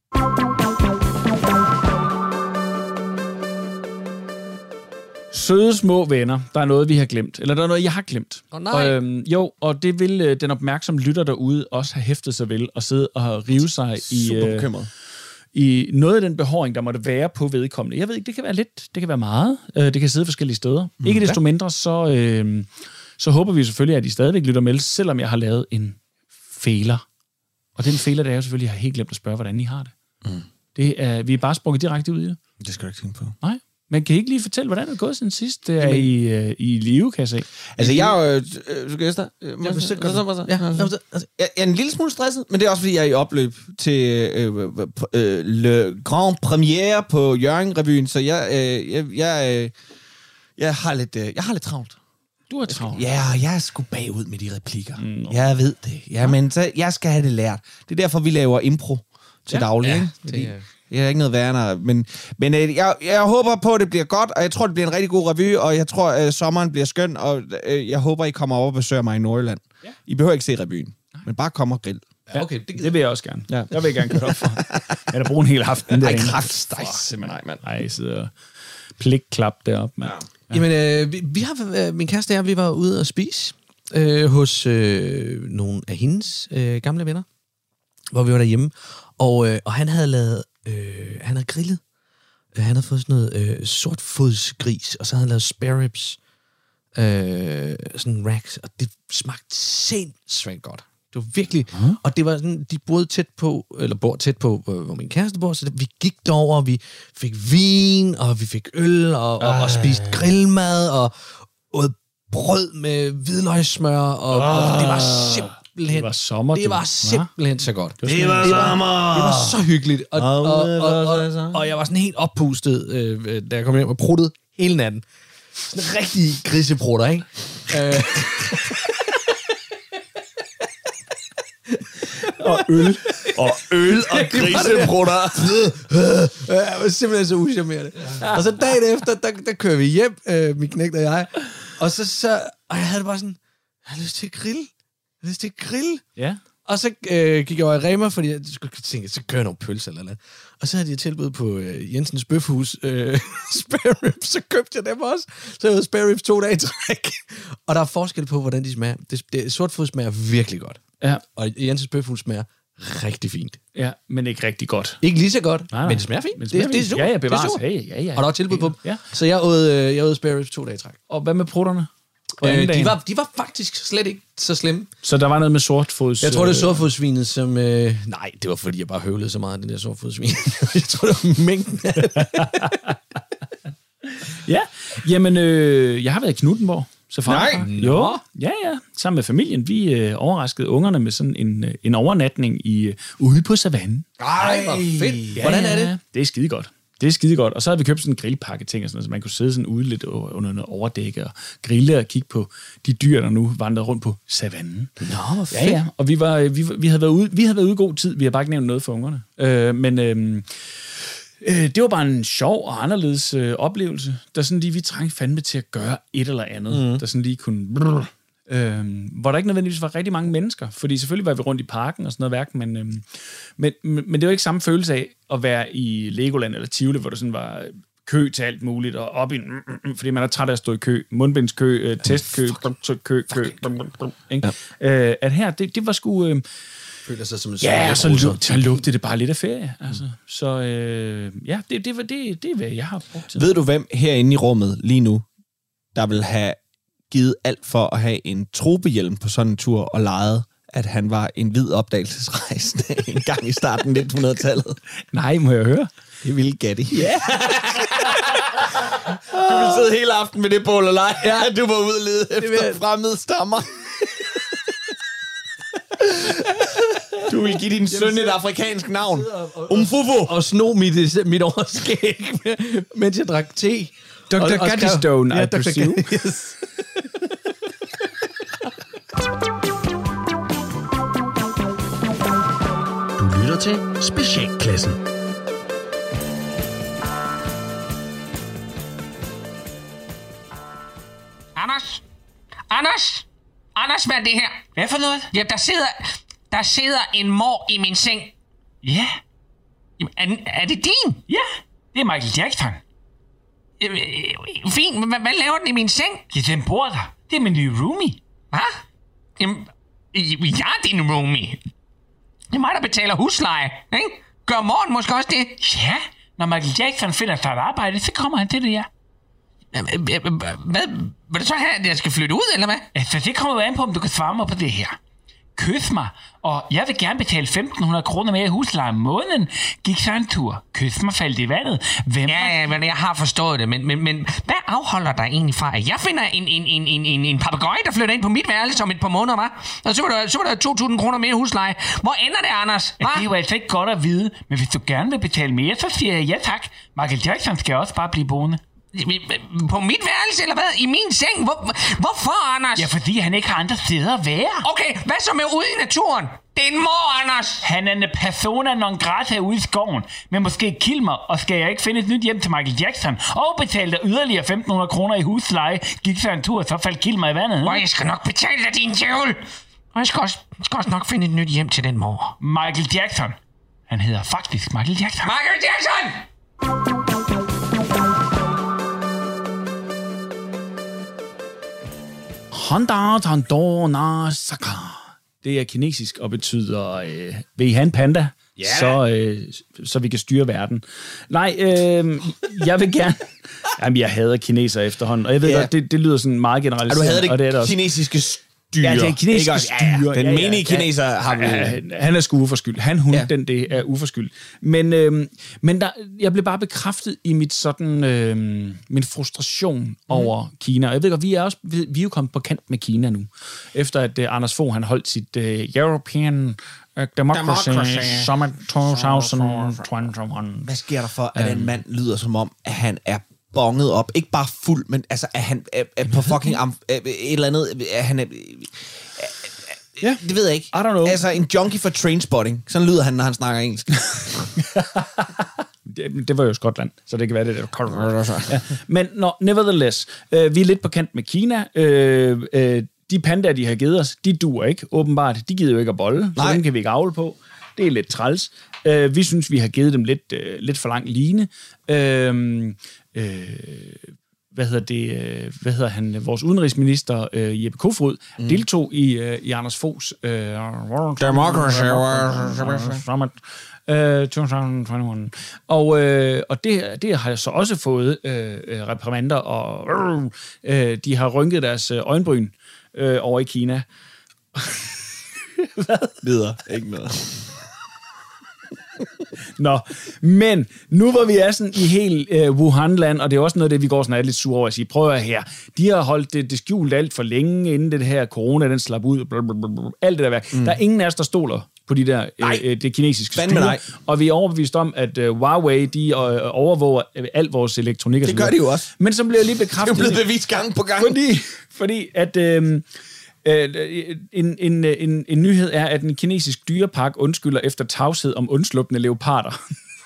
Søde små venner, der er noget, vi har glemt. Eller der er noget, jeg har glemt.
Nej.
Og det vil den opmærksomme lytter derude også have hæftet sig vel, og sidde og rive sig i noget af den behåring, der måtte være på vedkommende. Jeg ved ikke, det kan være lidt, det kan være meget. Det kan sidde forskellige steder. Ikke desto mindre, så håber vi selvfølgelig, at I stadigvæk lytter med, selvom jeg har lavet en fejler. Og den fejler, der er jo selvfølgelig, at jeg har helt glemt at spørge, hvordan I har det. Det er, vi er bare sprunget direkte ud i det.
Det skal du ikke tænke på.
Nej. Men kan I ikke lige fortælle, hvordan det er gået siden sidst? Det er i live, kan jeg se.
Altså, jeg er jo... Skal jeg starte? Jeg er en lille smule stresset, men det er også, fordi jeg er i opløb til Le Grand Premiere på Hjørring-revyen, så jeg har lidt travlt.
Du er travlt.
Ja, jeg er sgu bagud med de replikker. Jeg ved det. Ja, men så, jeg skal have det lært. Det er derfor, vi laver impro til daglig. Ja, jeg er ikke noget værre, men jeg håber på, at det bliver godt, og jeg tror, det bliver en rigtig god revy, og jeg tror, at sommeren bliver skøn, og jeg håber, I kommer over og besøger mig i Nordjylland. Ja. I behøver ikke se revyen, men bare kom og grill.
Ja, okay, det vil jeg også gerne. Ja. Jeg vil gerne køre op for. Jeg har brugt en hel aften derinde.
Ej, kraftstejs. Simpelthen, mand.
Ej, jeg sidder og plikklap deroppe, mand.
Ja. Jamen, vi har, min kæreste og jeg, vi var ude at spise hos nogle af hendes gamle venner, hvor vi var derhjemme, og han havde lavet, han havde grillet. Han havde fået sådan noget sortfodsgris, og så havde han lavet spare ribs, sådan racks, og det smagte sindssygt godt. Det var virkelig, og det var sådan, de boede tæt på, eller bor tæt på, hvor min kæreste bor, så vi gik derover, og vi fik vin, og vi fik øl, og spiste grillmad, og åd brød med hvidløgssmør, og det var simpelthen...
Det var sommer,
det var simpelthen så godt.
Det var sommer!
Det var så hyggeligt, og jeg var sådan helt oppustet, da jeg kom hjem og pruttede hele natten. Sådan en rigtig griseprutter, ikke?
Og øl.
Og griseprutter.
Jeg var simpelthen så uschammerende. Ja. Og så dagen efter, der kører vi hjem, min knægt og jeg. Og og jeg havde det bare sådan, jeg har lyst til at grille.
Ja.
Og så gik jeg over i Rema, fordi jeg skulle tænke, så kører jeg nogle pølser eller noget. Og så havde de tilbud på Jensens Bøfhus spare ribs, så købte jeg dem også. Så jeg havde spare ribs 2 dage i træk. Og der er forskel på, hvordan de smager. Sortfod smager virkelig godt.
Ja.
Og Jensens Bøfhus smager rigtig fint.
Ja, men ikke rigtig godt.
Ikke lige så godt,
nej.
men det smager fint.
Det er
super.
Ja, bevares.
Ja. Og der var tilbud på dem.
Ja.
Så jeg åd spare ribs 2 dage i træk.
Og hvad med prutterne?
De var faktisk slet ikke så slemme.
Så der var noget med sortfods...
Jeg tror, det er sortfodsvinet, som... nej, det var fordi, jeg bare høvlede så meget af den der sortfodsvin. Jeg tror, det var mængden af det.
Ja, jamen, jeg har været i Knuthenborg.
Nej.
Jo, ja. Sammen med familien. Vi overraskede ungerne med sådan en overnatning ude på savannen.
Ej, hvor fedt.
Ja,
hvordan er det?
Det er skidegodt. Det er skidegodt. Og så havde vi købt sådan en grillpakke ting og sådan noget, så man kunne sidde sådan ude lidt under noget overdække og grille og kigge på de dyr, der nu vandrede rundt på savannen.
Nå, hvor fedt.
Ja. Og vi havde været ude i god tid. Vi har bare ikke nævnt noget for ungerne. Det var bare en sjov og anderledes oplevelse, der sådan lige, vi trængte fandme til at gøre et eller andet, der sådan lige kunne... hvor der ikke nødvendigvis var rigtig mange mennesker, fordi selvfølgelig var vi rundt i parken og sådan noget værk, men det var ikke samme følelse af at være i Legoland eller Tivoli, hvor der sådan var kø til alt muligt, og op i fordi man er træt af at stå i kø, mundbindskø, testkø, kø, ikke? At her, det var sgu...
føler sig som en
så lugtede det bare lidt af ferie. Altså. Så det er, hvad jeg har brugt til.
Ved du, hvem herinde i rummet lige nu, der vil have givet alt for at have en trobehjelm på sådan en tur og leget, at han var en hvid opdagelsesrejsende en gang i starten af 1900-tallet?
Nej, må jeg høre?
Det ville Gatti. Ja. Yeah. Du ville sidde hele aften med det bål og lege. Ja, du var ude og lede efter fremmede stammer. Du vil give din søn et afrikansk navn. Umfufu.
Og sno mit overskæg, mens jeg drak te.
Dr. Gattystone, I presume.
Yes.
Du lytter til Specialklassen.
Anders, hvad er det her?
Hvad for noget?
Ja, der sidder en mor i min seng.
Ja.
Jamen, er det din?
Ja, det er Michael Jackson.
Fint, men hvad laver den i min seng?
Ja, den bor der. Det er min nye roomie.
Hvad? Jamen, jeg er din roomie. Det er mig, der betaler husleje, ikke? Gør Morten måske også det? Ja, når Michael Jackson finder sig et arbejde, så kommer han til det, ja. Hvad? Vil du så have, at jeg skal flytte ud, eller hvad? Altså, det kommer jo an på, om du kan svare mig på det her. Kys mig, og jeg vil gerne betale 1.500 kroner mere i husleje om måneden. Gik så en tur. Kys mig, faldt i vandet. Ja, men jeg har forstået det, men hvad afholder dig egentlig fra, at jeg finder en papegøje, der flytter ind på mit værelse om et par måneder, hva'? Og så var der 2.000 kroner mere i husleje. Hvor ender det, Anders? Ja, det er jo altså ikke godt at vide, men hvis du gerne vil betale mere, så siger jeg ja tak. Michael Jackson skal også bare blive boende. På mit værelse, eller hvad? I min seng? Hvorfor, Anders? Ja, fordi han ikke har andre steder at være. Okay, hvad så med ude i naturen? Det er en mor, Anders! Han er en persona non grata ude i skoven. Men måske kill mig, og skal jeg ikke finde et nyt hjem til Michael Jackson, og betale dig yderligere 1.500 kroner i husleje, gik så en tur, så faldt kill mig i vandet. Og jeg skal nok betale dig, din djævel! Og jeg skal også nok finde et nyt hjem til den mor. Michael Jackson. Han hedder faktisk Michael Jackson. Michael Jackson!
Honda Tandona Saka. Det er kinesisk og betyder, vil I have en panda? Yeah. Så vi kan styre verden. Nej, jeg vil gerne... Jamen, jeg hader kineser efterhånden, og jeg ved godt, det lyder sådan meget generaliseret.
Og du hader det,
det også
kinesiske styre.
Ja, det er kinesiske styre.
Den menige kineser har vi...
Han er sgu uforskyldt. Hun, det er uforskyldt. Men jeg blev bare bekræftet i mit sådan, min frustration over Kina. Og jeg ved godt, vi er jo kommet på kant med Kina nu. Efter at Anders Fogh, han holdt sit European Democracy Summit 2021.
Hvad sker der for, at den mand lyder som om, at han er bonget op? Ikke bare fuld, men altså, at han er på fucking et eller andet... Han er,
ja.
Det ved jeg ikke.
I don't know.
Altså, en junkie for Trainspotting. Sådan lyder han, når han snakker engelsk.
Det var jo Skotland, så det kan være det der. Ja. Men nevertheless, vi er lidt på kant med Kina. De pandaer, de har givet os, de duer ikke, åbenbart. De gider jo ikke at bolle, så dem kan vi ikke avle på. Det er lidt træls. Vi synes, vi har givet dem lidt for lang line. Hvad hedder han? Vores udenrigsminister, Jeppe Kofod, deltog i Anders Foghs
Democracy
Summit 2021. Og det har så også fået reprimander, og de har rynket deres øjenbryn over i Kina.
Hvad? Videre. Ikke noget.
Nå, men nu hvor vi er sådan i helt Wuhan-land, og det er også noget af det, vi går sådan lidt sur over at sige, prøv at her, de har holdt det skjult alt for længe, inden det her corona, den slap ud, blablabla, alt det der værk. Der er ingen af os, der stoler på de der, det kinesiske styre, og vi er overbevist om, at Huawei, de overvåger alt vores elektronik.
Det gør de jo også.
Men så bliver jeg lige bekræftet.
Det er blevet bevist gang på gang.
Fordi at... En nyhed er, at en kinesisk dyrepark undskylder efter tavshed om undslupne leoparder.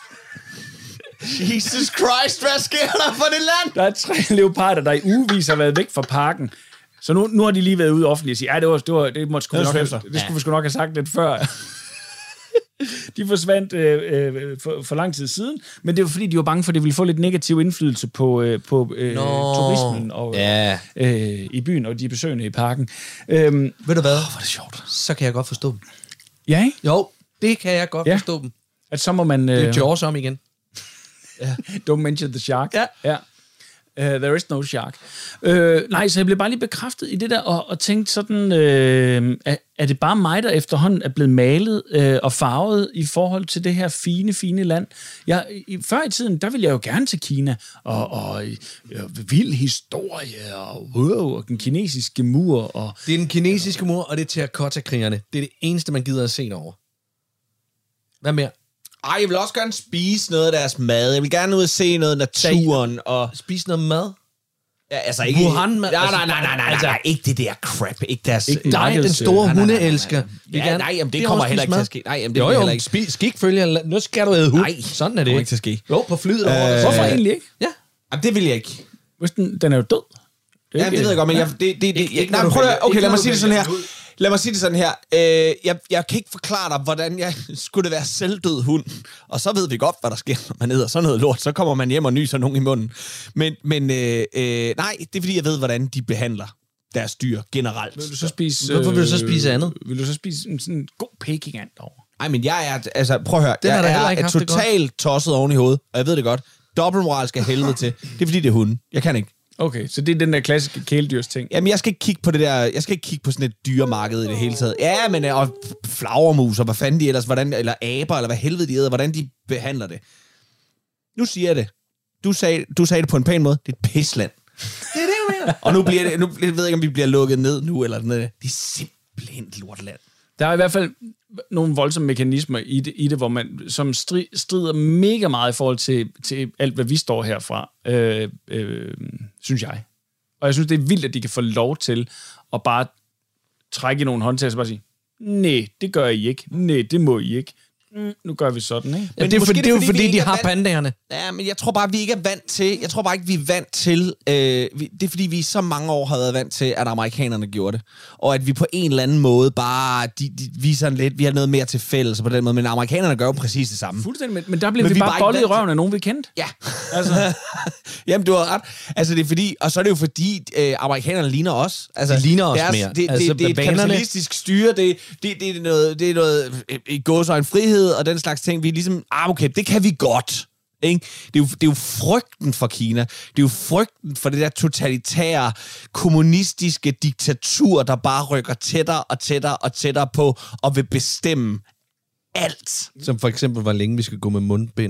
Jesus Christ, hvad sker der for det land?
Der er 3 leoparder, der i ugevis har været væk fra parken. Så nu har de lige været ude offentligt og sige, det skulle vi sgu nok have sagt lidt før. De forsvandt for lang tid siden, men det var fordi, de var bange for, at det ville få lidt negativ indflydelse på turismen og, i byen og de besøgende i parken.
Ved du hvad?
Hvor er det sjovt.
Så kan jeg godt forstå dem.
Ja, ikke?
Jo, det kan jeg godt forstå dem.
At så må man...
Det er Jaws om igen.
Don't mention the shark.
Ja.
There is no shark. Nej, så jeg blev bare lige bekræftet i det der, og tænkte sådan, er det bare mig, der efterhånden er blevet malet og farvet i forhold til det her fine land? Før i tiden, der ville jeg jo gerne til Kina, og vild historie, og den kinesiske mur. Og
det er den kinesiske mur, og det er terracotta-krigerne. Det er det eneste, man gider at se over. Hvad mere?
Ej, jeg vil også gerne spise noget af deres mad. Jeg vil gerne ud og se noget naturen. Og
spise noget mad?
Ja, altså ikke...
Wuhan-mad?
Nej, ikke det der crap. Ikke deres...
Ikke dig, den store hundeelsker.
Nej, jamen, det kommer heller ikke til at ske. Nej, jamen, det heller ikke.
Skikfølger. Nu skal du æde hund.
Nej,
sådan er det
ikke til at ske.
Jo, på flyet.
Hvorfor egentlig ikke?
Ja.
Jamen, det vil jeg ikke.
Den er jo død.
Ja, det ved jeg godt, men nej, prøv at... Okay, lad mig sige det sådan her. Jeg kan ikke forklare dig, hvordan jeg skulle det være selvdød hund. Og så ved vi godt, hvad der sker, når man æder sådan noget lort. Så kommer man hjem og nyser nogen i munden. Men nej, det er fordi, jeg ved, hvordan de behandler deres dyr generelt.
Vil du så spise...
Hvorfor vil du så spise andet?
Vil du så spise sådan en god pekingand derovre?
Ej, men jeg er... Altså, prøv at høre.
Den har der heller
Jeg
ikke
er
haft det
totalt tosset oven i hovedet, og jeg ved det godt. Dobbeltmoral skal helvede til. Det er fordi, det er hunden. Jeg kan ikke.
Okay, så det er den der klassiske kæledyrs ting.
Jamen, jeg skal ikke kigge på det der... Jeg skal ikke kigge på sådan et dyremarked i det hele taget. Ja, men og flagermus, og hvad fanden de ellers... Hvordan, eller aber, eller hvad helvede de æder, hvordan de behandler det. Nu siger jeg det. Du sagde det på en pæn måde. Det er et pisland. Det er det, jeg mener. Og nu ved jeg ikke, om vi bliver lukket ned nu, eller sådan noget. Det er simpelthen et lortland.
Der er i hvert fald nogle voldsomme mekanismer i det hvor man som strider mega meget i forhold til alt, hvad vi står herfra, synes jeg. Og jeg synes, det er vildt, at de kan få lov til at bare trække i nogle håndtag og bare sige, nej, det gør I ikke. Nej, det må I ikke. Nu gør vi sådan, ikke?
Men det er jo fordi, de har pandaerne.
Ja, men jeg tror bare, vi ikke er vant til... Jeg tror bare ikke, vi er vant til... det er fordi, vi i så mange år har været vant til, at amerikanerne gjorde det. Og at vi på en eller anden måde bare... De viser lidt... Vi har noget mere til fælles på den måde, men amerikanerne gør jo præcis det samme.
Fuldstændig, men der blev vi bare bollet i røven af nogen, vi kendte.
Ja. Altså. Jamen, du har ret. Altså, det er fordi... Og så er det jo fordi, amerikanerne ligner os. Altså,
de ligner os mere.
Det er et kapitalistisk styre. Det er noget i gåseøjne frihed og den slags ting. Vi er ligesom, okay, det kan vi godt. Ikke? Det er jo frygten for Kina. Det er jo frygten for det der totalitære, kommunistiske diktatur, der bare rykker tættere og tættere og tættere på og vil bestemme alt.
Som for eksempel, hvor længe vi skal gå med mundbind.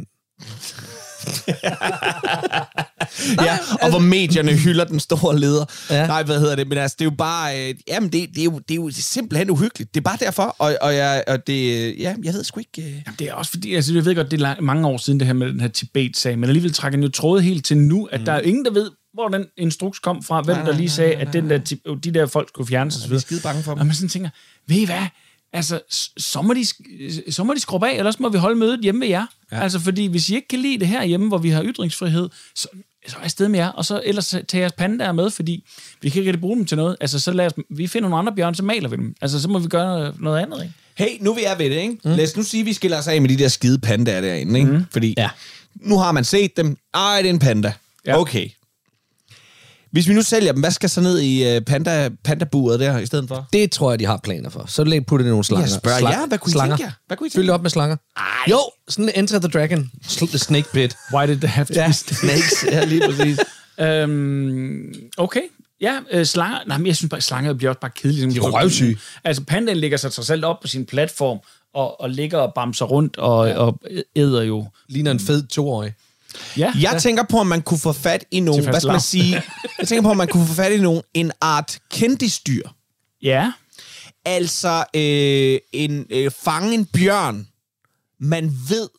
Ja, og hvor medierne hylder den store leder.
Ja.
Nej, hvad hedder det? Men altså, det er jo bare... jamen, det er jo simpelthen uhyggeligt. Det er bare derfor, jeg ved sgu ikke...
Jamen, det er også fordi, altså, jeg ved godt, det er mange år siden det her med den her Tibet-sag, men alligevel trækker den jo trådet helt til nu, at der er ingen, der ved, hvor den instruks kom fra, hvem der lige sagde, at de der folk skulle fjernes og så videre.
Vi er skide bange for dem.
Og man sådan tænker, ved I hvad? Altså, så må de skrubbe af, ellers må vi holde mødet hjemme ved jer. Ja. Altså, fordi hvis I ikke kan lide det her hjemme, hvor vi har ytringsfrihed, så er jeg afsted med jer, og så ellers tage jeres pandaer med, fordi vi kan ikke rigtig bruge dem til noget. Altså, så lad os, vi finder nogle andre bjørne, så maler vi dem. Altså, så må vi gøre noget andet, ikke?
Hey, nu vi er ved det, ikke? Lad os nu sige, at vi skiller os af med de der skide pandaer derinde, ikke? Fordi nu har man set dem. Ej, det er en panda. Ja. Okay. Hvis vi nu sælger dem, hvad skal så ned i pandaburet der i stedet for?
Det tror jeg, de har planer for. Så putter de nogle slanger.
Jeg spørger jer, hvad kunne I tænke jer?
Fyld det op med slanger. Ej. Jo, sådan Enter the Dragon. The Snake Pit.
Why did they have to be
snakes? Ja, lige præcis.
Okay. Ja, slanger. Nej, men jeg synes bare, slanger bliver også bare kedelige.
De er røvsyge.
Altså, pandaen ligger sig selv op på sin platform, og ligger og bamser rundt, og æder jo.
Ligner en fed 2-årig.
Ja. Jeg tænker på, om man kunne få fat i nogen, hvad skal man sige? Jeg tænker på, om man kunne få fat i nogen, en art kendisdyr.
Ja.
Altså, fange en bjørn, man ved,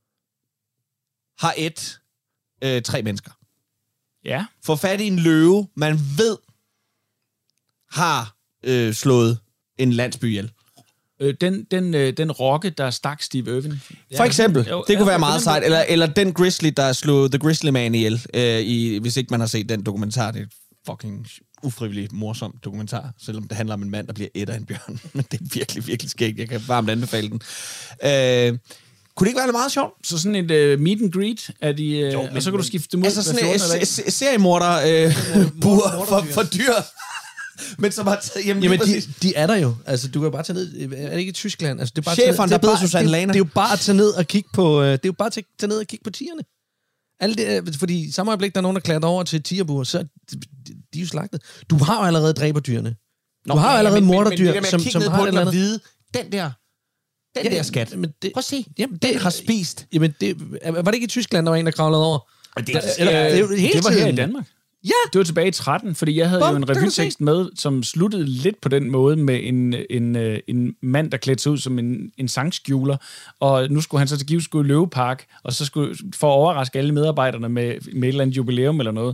har 3 mennesker.
Ja.
Få fat i en løve, man ved, har slået en landsby ihjel.
Den rocke, der stak Steve Irwin.
For eksempel. Det kunne være meget sejt. Eller den grizzly, der slog The Grizzly Man ihjel. Hvis ikke man har set den dokumentar. Det er fucking ufrivilligt morsom dokumentar. Selvom det handler om en mand, der bliver ædt af en bjørn. Men det er virkelig, virkelig skægt. Jeg kan varmt anbefale den. Kunne det ikke være det meget sjovt?
Så sådan et meet and greet af de... og så kan du skifte dem ud.
Altså sådan en seriemorder for dyr. Men som har taget...
Jamen de er der jo. Altså, du kan bare tage ned... Er det ikke i Tyskland? Altså, det er bare
chefen, der beder Susanne Lana.
Det er jo bare at tage ned og kigge på... Det er jo bare at tage ned og kigge på tigerne. Alle det, fordi i samme øjeblik, der er nogen, der klatrer over til tigerbur, så de er jo slagtet. Du har jo allerede dræberdyrene. Du har jo allerede morderdyr, som har et eller andet.
Vide, den der skat. Prøv at se.
Jamen,
den har spist.
Jamen, var det ikke i Tyskland, der var en, der kravlede over?
Det var her i Danmark. Ja. Det var tilbage i 13, fordi jeg havde jo en revytekst med, som sluttede lidt på den måde med en mand, der klædte sig ud som en sangskjuler, og nu skulle han så til Givskud Løvepark, og så skulle for at overraske alle medarbejderne med et eller andet jubilæum eller noget.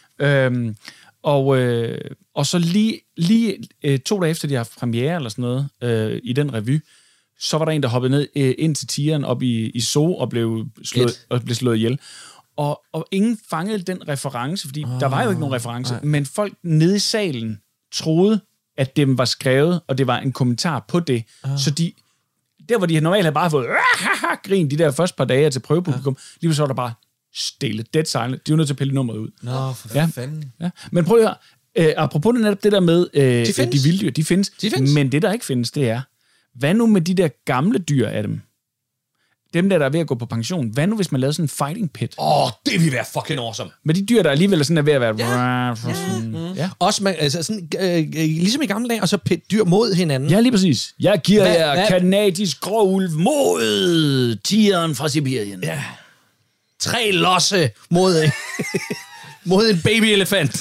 Og så lige 2 dage efter, de har haft premiere eller sådan noget i den revy, så var der en, der hoppede ned ind til tigeren op i Zoo og blev slået ihjel. Og ingen fangede den reference, fordi der var jo ikke nogen reference, men folk nede i salen troede, at det var skrevet, og det var en kommentar på det. Så der hvor de normalt havde bare fået grin de der første par dage til prøvepublikum, lige så var der bare stille, dead silent. De var nødt til at pille nummeret ud.
Nå, for fanden.
Ja. Men prøv at høre, apropos det der med de vilddyr, de findes, men det der ikke findes, det er, hvad nu med de der gamle dyr af dem? Dem der er ved at gå på pension. Hvad nu, hvis man lavede sådan en fighting pit?
Det ville være fucking awesome.
Med de dyr, der alligevel er sådan ved at være... Ja.
Også man, altså sådan, ligesom i gamle dage, og så pit dyr mod hinanden.
Ja, lige præcis. Jeg giver jer kanadisk gråulv mod tigeren fra Sibirien.
Ja. 3 losse mod en babyelefant.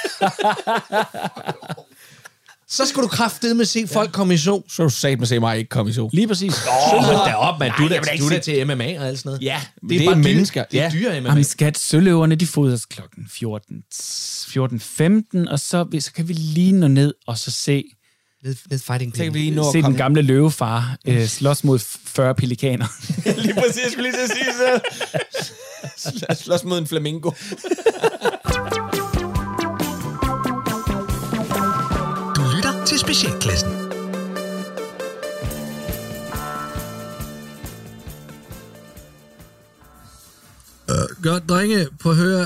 Så skulle du kraftedeme se folk komme i sol.
Så du sagde med se mig ikke komme i sol.
Lige præcis.
Derop, man. Du er til MMA og alt sådan noget.
Ja,
det er bare
mennesker.
Det er dyre MMA.
Jamen skat, søløverne, de fodres klokken 14.15, og så kan vi lige nå ned og så se
fighting
pit.
Se den gamle løvefar slås mod 40 pelikaner.
Lige præcis, jeg skulle lige til at sige så. Slås mod en flamingo.
Til Specialklassen.
Godt, drenge, prøv at høre.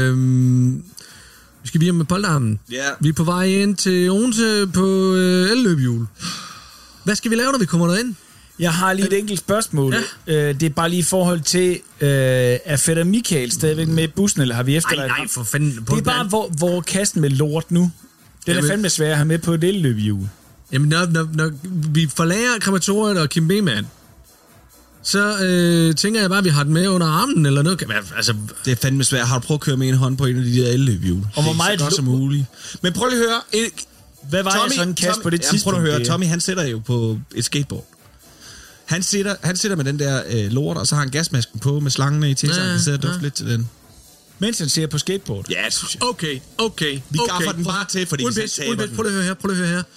Vi skal videre med Polterhamnen.
Ja.
Vi er på vej ind til Odense på elløbehjul. Hvad skal vi lave, når vi kommer derind?
Jeg har lige et enkelt spørgsmål. Ja. Det er bare lige i forhold til, er fætter Michael stadigvæk med i bussen, eller har vi efterladt?
Nej, for fanden.
Det er bare, hvor kasten med lort nu. Den er fandme svær at have med på et elløbehjul.
Jamen, når vi forlager krematoriet og Kim Bemann, så tænker jeg bare, at vi har den med under armen, eller noget. Altså,
det er fandme svært. Har du prøvet at køre med en hånd på en af de der elløbehjul?
Og hvor meget
så som muligt. Men prøv lige at høre.
Hvad var Tommy, sådan en kast på det tidspunkt?
Prøv at høre. Tommy, han sætter jo på et skateboard. Han sætter med den der lort, og så har han gasmasken på med slangene i til, så han kan sætte duft lidt til den.
Mens han ser på skateboard?
Ja, det synes jeg.
Okay.
Vi gaffer den bare til, fordi vi taber den.
Prøv at høre her.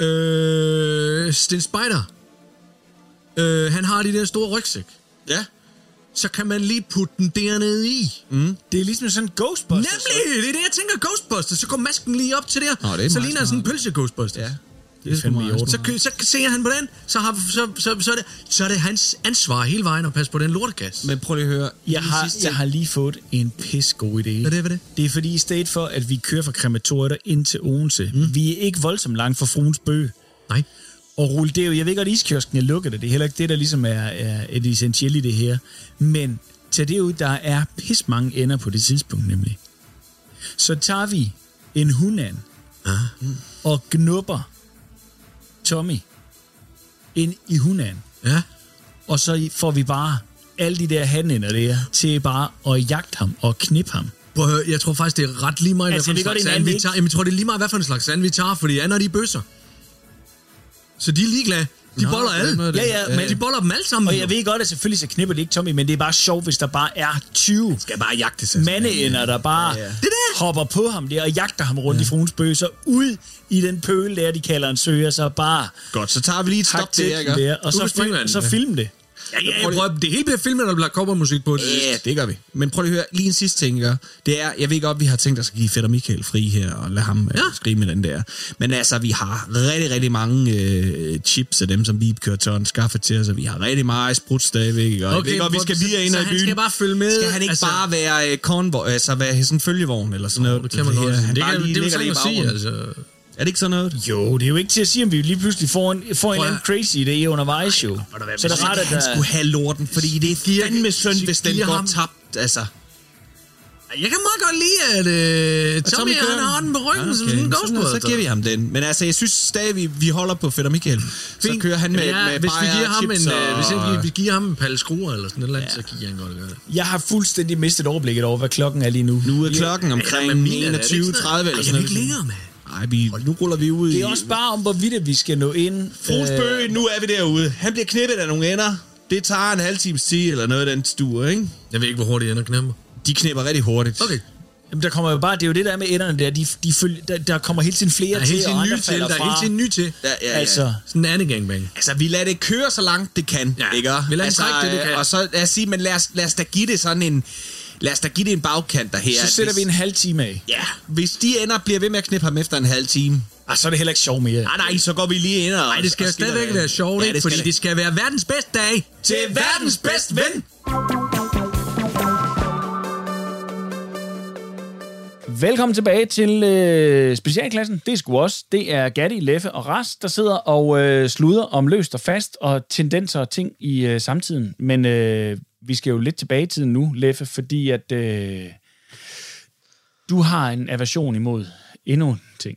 Sten Spider. Han har de der store rygsæk.
Ja.
Så kan man lige putte den dernede i.
Det er ligesom sådan en Ghostbuster.
Nemlig, det er det, jeg tænker, Ghostbuster. Så går masken lige op til der. Så ligner han sådan en pølse-Ghostbuster.
Ja. Det er fandme i orden.
Så ser han på den, så er det hans ansvar hele vejen at passe på den lortekasse.
Men prøv lige at høre.
Jeg har lige fået en pissegod idé.
Hvad er det?
Det er fordi, i stedet for, at vi kører fra krematoriet ind til Odense, vi er ikke voldsomt langt fra Fruens Bøge.
Nej.
Og rulle, det er jo, jeg ved godt, iskiosken er lukket, det er heller ikke det, der ligesom er et essentielt i det her. Men tag det ud, der er pis mange ender på det tidspunkt nemlig. Så tager vi en hunand og gnubber Tommy ind i hunanden.
Ja.
Og så får vi bare alle de der handænder der til bare at jagte ham og knippe ham.
Prøv at høre, jeg tror faktisk, det er ret lige meget, hvad for en slags sand vi tager. Jeg tror, det er lige meget, hvad for en slags sand vi tager, fordi andre de er bøsser. Så de er ligeglade. De boller alle.
Ja,
men de boller dem alle sammen.
Og jeg ved godt, at selvfølgelig så knipper det ikke Tommy, men det er bare sjovt, hvis der bare er 20
skal bare jagte sig.
mandeender, der bare hopper på ham der og jagter ham rundt i Fruens Bøge, så ud i den pøl der, de kalder en søger, så bare...
Godt, så tager vi lige et stop til der,
og så film det.
Ja, prøv, det hele bliver filmet, når der bliver covermusik på det.
Ja, det gør vi. Men prøv lige at høre, lige en sidste ting, ikke? Det er, jeg ved godt, vi har tænkt os at give Fætter Michael fri her, og lade ham skrive med den der. Men altså, vi har rigtig, rigtig mange chips af dem, som vi kører tørren skaffet til os, og vi har rigtig meget sprut stadigvæk, ikke? Og
okay,
jeg ved godt, vi skal videre ind i byen.
Han skal bare følge med.
Skal han ikke bare være convoy, altså være sådan en følgevogn, eller sådan noget?
Det kan man godt.
Det
er jo sådan at sige, altså...
Er det ikke sådan noget?
Jo, det er jo ikke til at sige, om vi lige pludselig får en eller anden crazy idé undervejs, jo.
Så det er ret, at han skulle have lorten, fordi det er fandme synd, hvis den går tabt, altså.
Jeg kan meget godt lide, at Tommy han har den på ryggen, som sådan en ghostbuster.
Så giver vi ham den. Men altså, jeg synes stadig, vi holder på Fætter Michael. Så kører han med
hvis vi giver ham
chips
hvis vi giver ham en palle skruer eller sådan noget, så giver han godt at gøre det.
Jeg har fuldstændig mistet overblikket over, hvad klokken er lige nu.
Nu er klokken omkring 21.30 eller sådan noget.
Jeg er ikke længere, mand.
Nej, nu ruller vi ud.
Det er også bare om, hvorvidt vi skal nå ind.
Fruens Bøge, nu er vi derude. Han bliver knippet af nogle ender. Det tager en halv times tid eller noget af den stuer, ikke?
Jeg ved ikke, hvor hurtigt ender knipper.
De knipper rigtig hurtigt.
Okay.
Jamen, der kommer jo bare, det er jo det der med enderne der, der kommer hele tiden flere til, og andre falder fra.
Der er hele tiden ny til.
Ja.
Altså,
sådan en anden gangbang.
Altså, vi lader det køre så langt det kan, ikke?
Vi lader det trække det kan.
Og så lad os sige, men lad os da give det sådan en... Lad os da give det en bagkant der her.
Så sætter vi en halv time af.
Ja, hvis de ender bliver ved med at knippe ham efter en halv time.
Så er det heller ikke sjovt mere.
Nej, så går vi lige ind og...
Nej, det skal stadigvæk være sjovt, ikke? Fordi det skal være verdens bedste dag.
Til verdens bedste ven!
Velkommen tilbage til specialklassen. Det er sgu også. Det er Gatti, Leffe og Ras, der sidder og sluder om løst og fast og tendenser og ting i samtiden. Men vi skal jo lidt tilbage i tiden nu, Leffe, fordi at du har en aversion imod endnu en ting.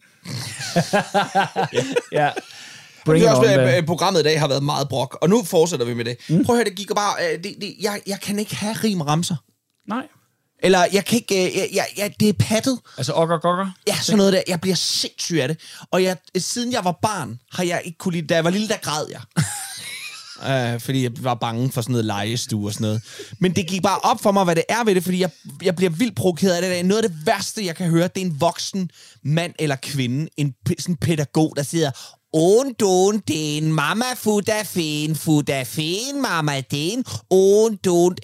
Ja. Det er også, at programmet i dag har været meget brok, og nu fortsætter vi med det. Prøv at høre, det gik bare... Jeg kan ikke have rim og ramser.
Nej.
Eller jeg kan ikke... det er pattet.
Altså okker?
Ja, sådan noget der. Jeg bliver sindssyg af det. Og siden jeg var barn, har jeg ikke kunne lide... Da jeg var lille, der græd jeg. Fordi jeg var bange for sådan noget legestue og sådan noget. Men det gik bare op for mig, hvad det er ved det, fordi jeg bliver vildt provokeret af det. Noget af det værste, jeg kan høre, det er en voksen mand eller kvinde, sådan en pædagog, der siger... Ondon, den, mamma, fuda, fen, mamma, den, ondon.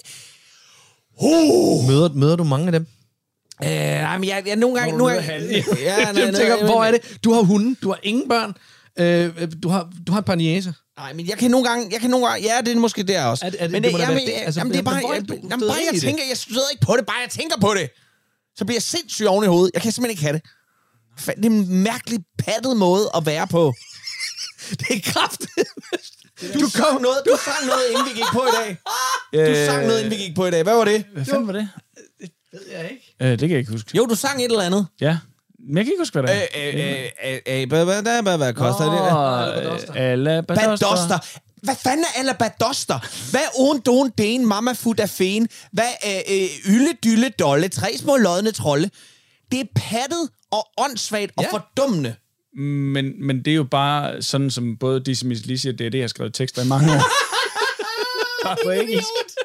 Møder du mange af dem?
Nej, men jeg nogle gange...
Hvor er det? Du har hunden, du har ingen børn, du har et par niecer.
Nej, men jeg kan nogle gange... Ja, det er måske der også. Det er bare... Jeg tænker, jeg støder ikke på det, bare jeg tænker på det. Så bliver jeg sindssyg oven i hovedet. Jeg kan simpelthen ikke have det. Det er en mærkelig pattet måde at være på. Det er kraftigt. Du sang noget, inden vi gik på i dag. Hvad var det?
Hvad fanden var det?
Det ved jeg ikke.
Det kan jeg ikke huske.
Jo, du sang et eller andet.
Ja. Men jeg kan ikke huske, hvad det er.
Hvad koster det? Alabadoster. Hvad fanden er alabadoster? Hvad er ondon, den, mamma, fuda, fen? Hvad er ylle, dylle, dolle, 3 små lodne trolde? Det er pattet og åndssvagt og fordummende.
Men det er jo bare sådan, som både Dizzy Miss Lizzy og D.D. har skrevet tekster i mange år. Bare på engelsk.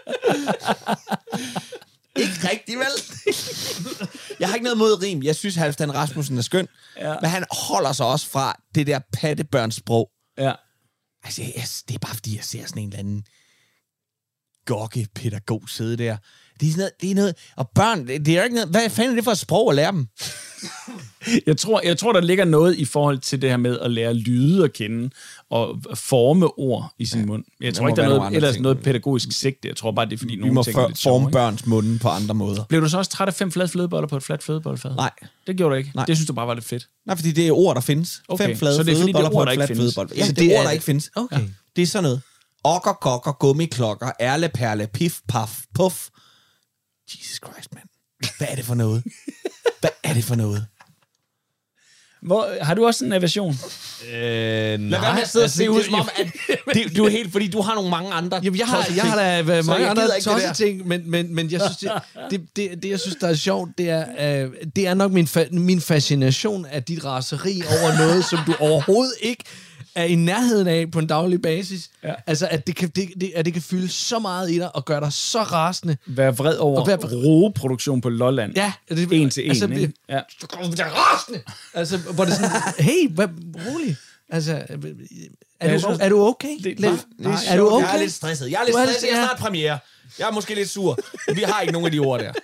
Ikke rigtig, vel? Jeg har ikke noget mod rim. Jeg synes, Halfdan Rasmussen er skøn. Ja. Men han holder sig også fra det der pattebørnssprog.
Ja.
Altså, det er bare, fordi jeg ser sådan en eller anden gokkepædagog sidde der. Det er noget... Og børn, det er jo ikke noget... Hvad fanden er det for et sprog at lære dem?
Jeg tror, der ligger noget i forhold til det her med at lære lyde at kende og forme ord i sin mund. Jeg tror ikke, der er noget pædagogisk sigte. Jeg tror bare, det er fordi nogen tænker lidt
forme børns munde på andre måder.
Blev du så også træt af 5 flade flødeboller på et fladt flødebollefad?
Nej.
Det gjorde du ikke?
Nej.
Det synes du bare var lidt fedt?
Nej, fordi det er ord, der findes.
Okay.
5 flade flødeboller på et fladt flødebolle. Ja, det er ord, der ikke findes.
Okay.
Det er sådan noget. Okker, gokker, gummiklokker, ærle, perle, pif, paf, puff. Jesus Christ, mand. Hvad er det for noget?
Har du også en aversion?
Lad være med at sidde og se ud som om, at du er helt... Fordi du har nogle mange andre...
Jamen, jeg har da mange andre tosseting, men jeg synes, det jeg synes, der er sjovt, det er nok min fascination af dit raseri over noget, som du overhovedet ikke er i nærheden af på en daglig basis. Ja. Altså, at det kan fylde så meget i dig og gøre dig så rasende.
Vær vred over roeproduktion på Lolland.
Ja.
En til en, altså, ikke? Ja.
Så kommer vi til rasende! Altså, hvor det sådan, hey, rolig. Altså, er du okay?
Er du okay? Jeg er lidt stresset. Jeg er snart premiere. Jeg er måske lidt sur. Vi har ikke nogen af de ord der.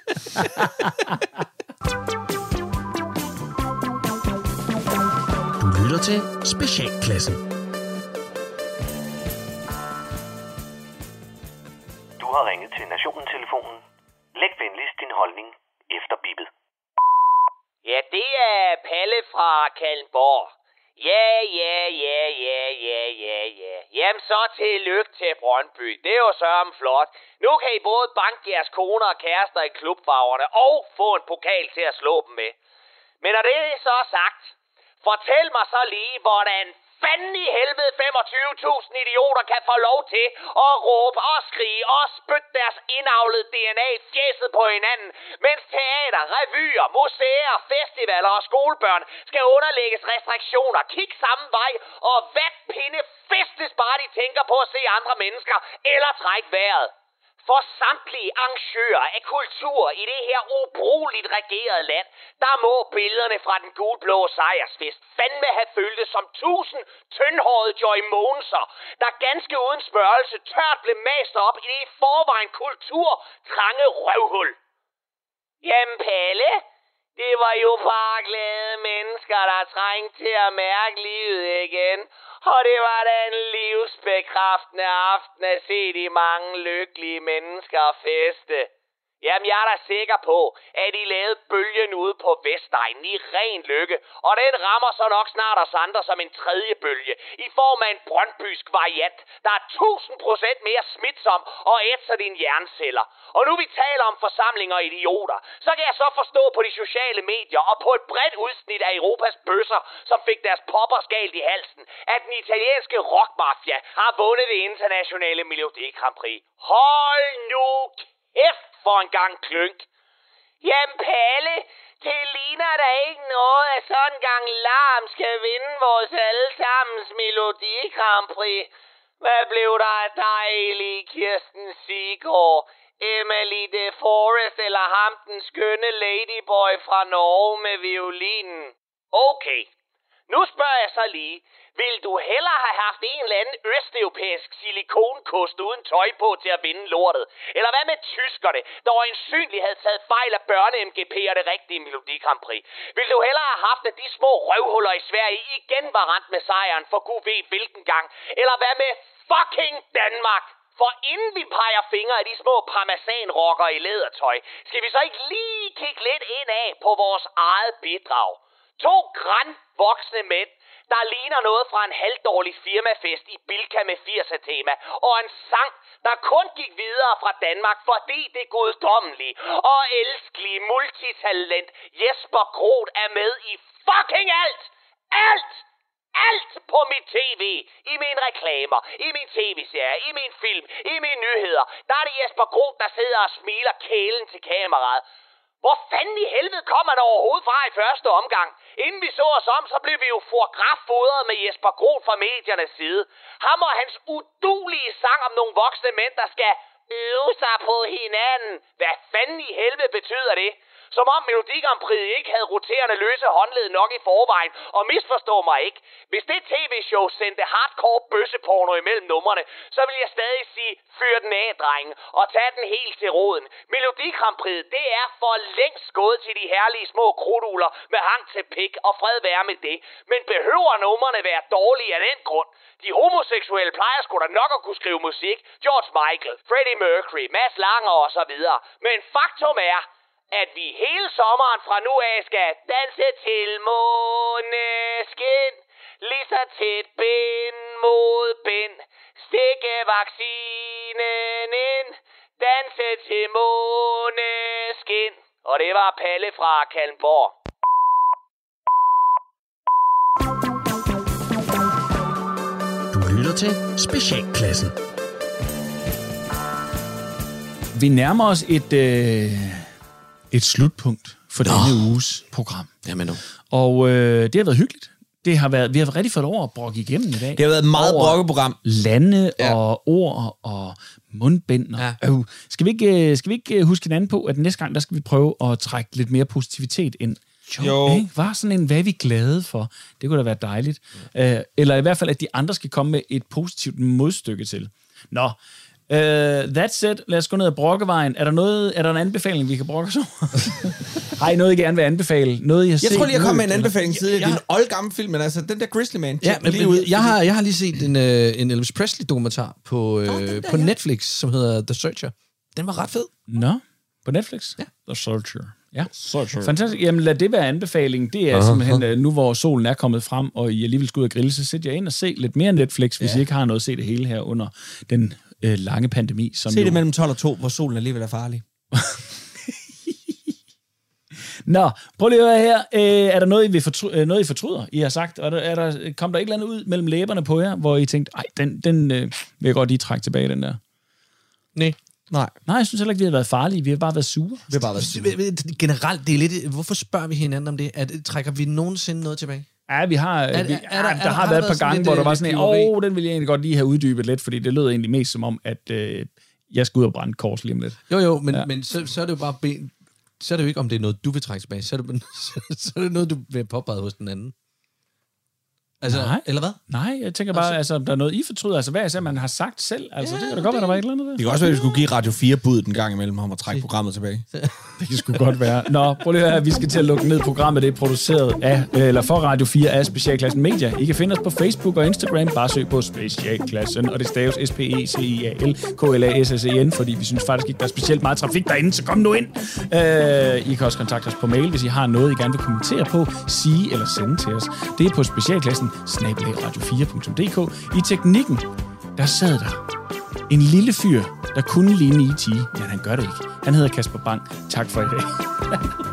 Du lytter til Specialklassen.
Du har ringet til Nationen-telefonen. Læg venligst din holdning efter bippet.
Ja, det er Palle fra Kalmborg. Ja. Jamen så tillykke til Brøndby. Det er jo sørme flot. Nu kan I både banke jeres koner og kærester i klubfarverne og få en pokal til at slå dem med. Men når det er så sagt, fortæl mig så lige, hvordan fanden i helvede 25.000 idioter kan få lov til at råbe og skrige og spytte deres indavlede DNA i fjeset på hinanden, mens teater, revyer, museer, festivaler og skolebørn skal underlægges restriktioner, kigge samme vej og vatpinde festes bare de tænker på at se andre mennesker eller trække vejret. For samtlige arrangører af kultur i det her ubrugeligt regerede land, der må billederne fra den gulblå sejrsfest fandme have føltes som 1000 tyndhårede Joy Monser, der ganske uden spørgelse tørt blev mast op i det i forvejen kulturtrange røvhul. Jamen Palle, det var jo bare glade mennesker, der trængte til at mærke livet igen. Og det var da en livsbekræftende aften at se de mange lykkelige mennesker feste. Jamen, jeg er da sikker på, at I lavede bølgen ude på på Vestegnen i ren lykke, og den rammer så nok snart os andre som en tredje bølge, i form af en brøndbysk variant, der er 1000% mere smitsom og ætser dine hjerneceller. Og nu vi taler om forsamlinger og idioter, så kan jeg så forstå på de sociale medier og på et bredt udsnit af Europas bøsser, som fik deres popper skalt i halsen, at den italienske rockmafia har vundet det internationale Melodi Grand Prix. Hold nu kæft for en gang klønk. Jamen Palle, det ligner da ikke noget, at sådan en gang larm skal vinde vores allesammens Melodi Grand Prix. Hvad blev der af dejlige Kirsten Sigård, Emily de Forest eller ham den skønne ladyboy fra Norge med violinen? Okay, nu spørger jeg så lige. Vil du hellere have haft en eller anden østeuropæisk silikonkost uden tøj på til at vinde lortet? Eller hvad med tyskerne, der øjensynligt havde taget fejl af børne-MGP og det rigtige Melodi Grand Prix? Vil du hellere have haft, at de små røvhuller i Sverige igen var rendt med sejren for gud ved hvilken gang? Eller hvad med fucking Danmark? For inden vi peger fingre af de små parmesanrokker i lædertøj, skal vi så ikke lige kigge lidt ind af på vores eget bidrag? 2 grandvoksne mænd, der ligner noget fra en halvdårlig firmafest i Bilka med 80'er-tema, og en sang, der kun gik videre fra Danmark, fordi det guddommelige og elskelige multitalent Jesper Groth er med i fucking alt! Alt på mit tv, i mine reklamer, i min tv-serie, i min film, i mine nyheder. Der er det Jesper Groth, der sidder og smiler kælen til kameraet. Hvor fanden i helvede kom man overhovedet fra i første omgang? Inden vi så os om, så blev vi jo fotograffodret med Jesper Groth fra mediernes side. Ham og hans udulige sang om nogle voksne mænd, der skal øve sig på hinanden. Hvad fanden i helvede betyder det? Som om Melodi Grand Prix ikke havde roterende løse håndled nok i forvejen. Og misforstå mig ikke. Hvis det tv-show sendte hardcore bøsseporno imellem numrene, så vil jeg stadig sige, fyr den af, drenge, og tag den helt til roden. Melodi Grand Prix, det er for længst gået til de herlige små krudtugler med hang til pik, og fred være med det. Men behøver numrene være dårlige af den grund? De homoseksuelle plejer sgu da nok at kunne skrive musik. George Michael, Freddie Mercury, Mads Langer og så videre. Men faktum er, at vi hele sommeren fra nu af skal danse til måneskin, lige så tæt bind mod bind, stikke vaccinen ind, danse til måneskin. Og det var Palle fra Kalmborg.
Du lytter til Specialklassen.
Vi nærmer os et slutpunkt for denne uges program.
Jamen nu.
Og det har været hyggeligt. Vi har rigtig fået over at brokke igennem i dag.
Det har været et meget brokkeprogram.
Lande og ord og mundbind. Ja. Skal vi ikke huske hinanden på, at næste gang, der skal vi prøve at trække lidt mere positivitet ind? Jo. Var sådan en, hvad er vi glade for? Det kunne da være dejligt. Eller i hvert fald, at de andre skal komme med et positivt modstykke til. Nå, that's it. Lad os gå ned ad Brokkevejen. Er der en anbefaling, vi kan brokke os over? Har I noget, I gerne vil anbefale? Noget, jeg
tror lige, jeg kom med en anbefaling tidligere. Det er en oldgammel film, men altså den der Grizzly Man.
Ja, men jeg har lige set en Elvis Presley-dokumentar på Netflix, som hedder The Searcher. Den var ret fed.
Nå, på Netflix? Ja. The Searcher. Ja, fantastisk. Jamen lad det være anbefaling. Det er simpelthen, nu hvor solen er kommet frem, og I alligevel skal ud og grille, så sætter jeg ind og se lidt mere Netflix, hvis I ikke har noget at se det hele her under den lange pandemi. Som
se det mellem 12 og 2, hvor solen alligevel er farlig.
Nå, prøv lige at høre her. Er der noget, I fortryder, I har sagt? Kom der et eller andet ud mellem læberne på jer, hvor I tænkte, ej, den vil jeg godt lige trække tilbage, den der? Nej, jeg synes heller ikke, vi har været farlige. Vi har bare været sure.
Generelt, det er lidt... Hvorfor spørger vi hinanden om det? Trækker vi nogensinde noget tilbage?
Ja, der har været et par gange, hvor der var sådan en, den vil jeg egentlig godt lige have uddybet lidt, fordi det lød egentlig mest som om, at jeg skal ud og brænde kors lige om lidt.
Jo, men så er det jo bare... Så er det jo ikke, om det er noget, du vil trække tilbage. Så er det noget, du vil påbrede hos den anden. Altså,
Nej.
Eller hvad?
Nej, jeg tænker bare, altså, der er noget, I fortryder. Altså, hvad er det, man har sagt selv? Altså, det kan da godt være, der var et eller andet der.
Det kan også være, at vi skulle give Radio 4 bud den gang imellem om at trække programmet tilbage.
Det kan sgu godt være. Nå, prøv lige at høre, vi skal til at lukke ned. Programmet, det er produceret af, eller for Radio 4 af Specialklassen Media. I kan finde os på Facebook og Instagram. Bare søg på Specialklassen, og det staves SPECIALKLASSEN, fordi vi synes faktisk ikke, der er specielt meget trafik derinde, så kom nu ind. I kan også kontakte os på mail, hvis I har noget, I gerne vil kommentere på, sige eller sende til os. Det er på specialklassen@radio4.dk. I teknikken, der sad der en lille fyr, der kunne ligne E.T., men han gør det ikke. Han hedder Kasper Bang. Tak for i dag.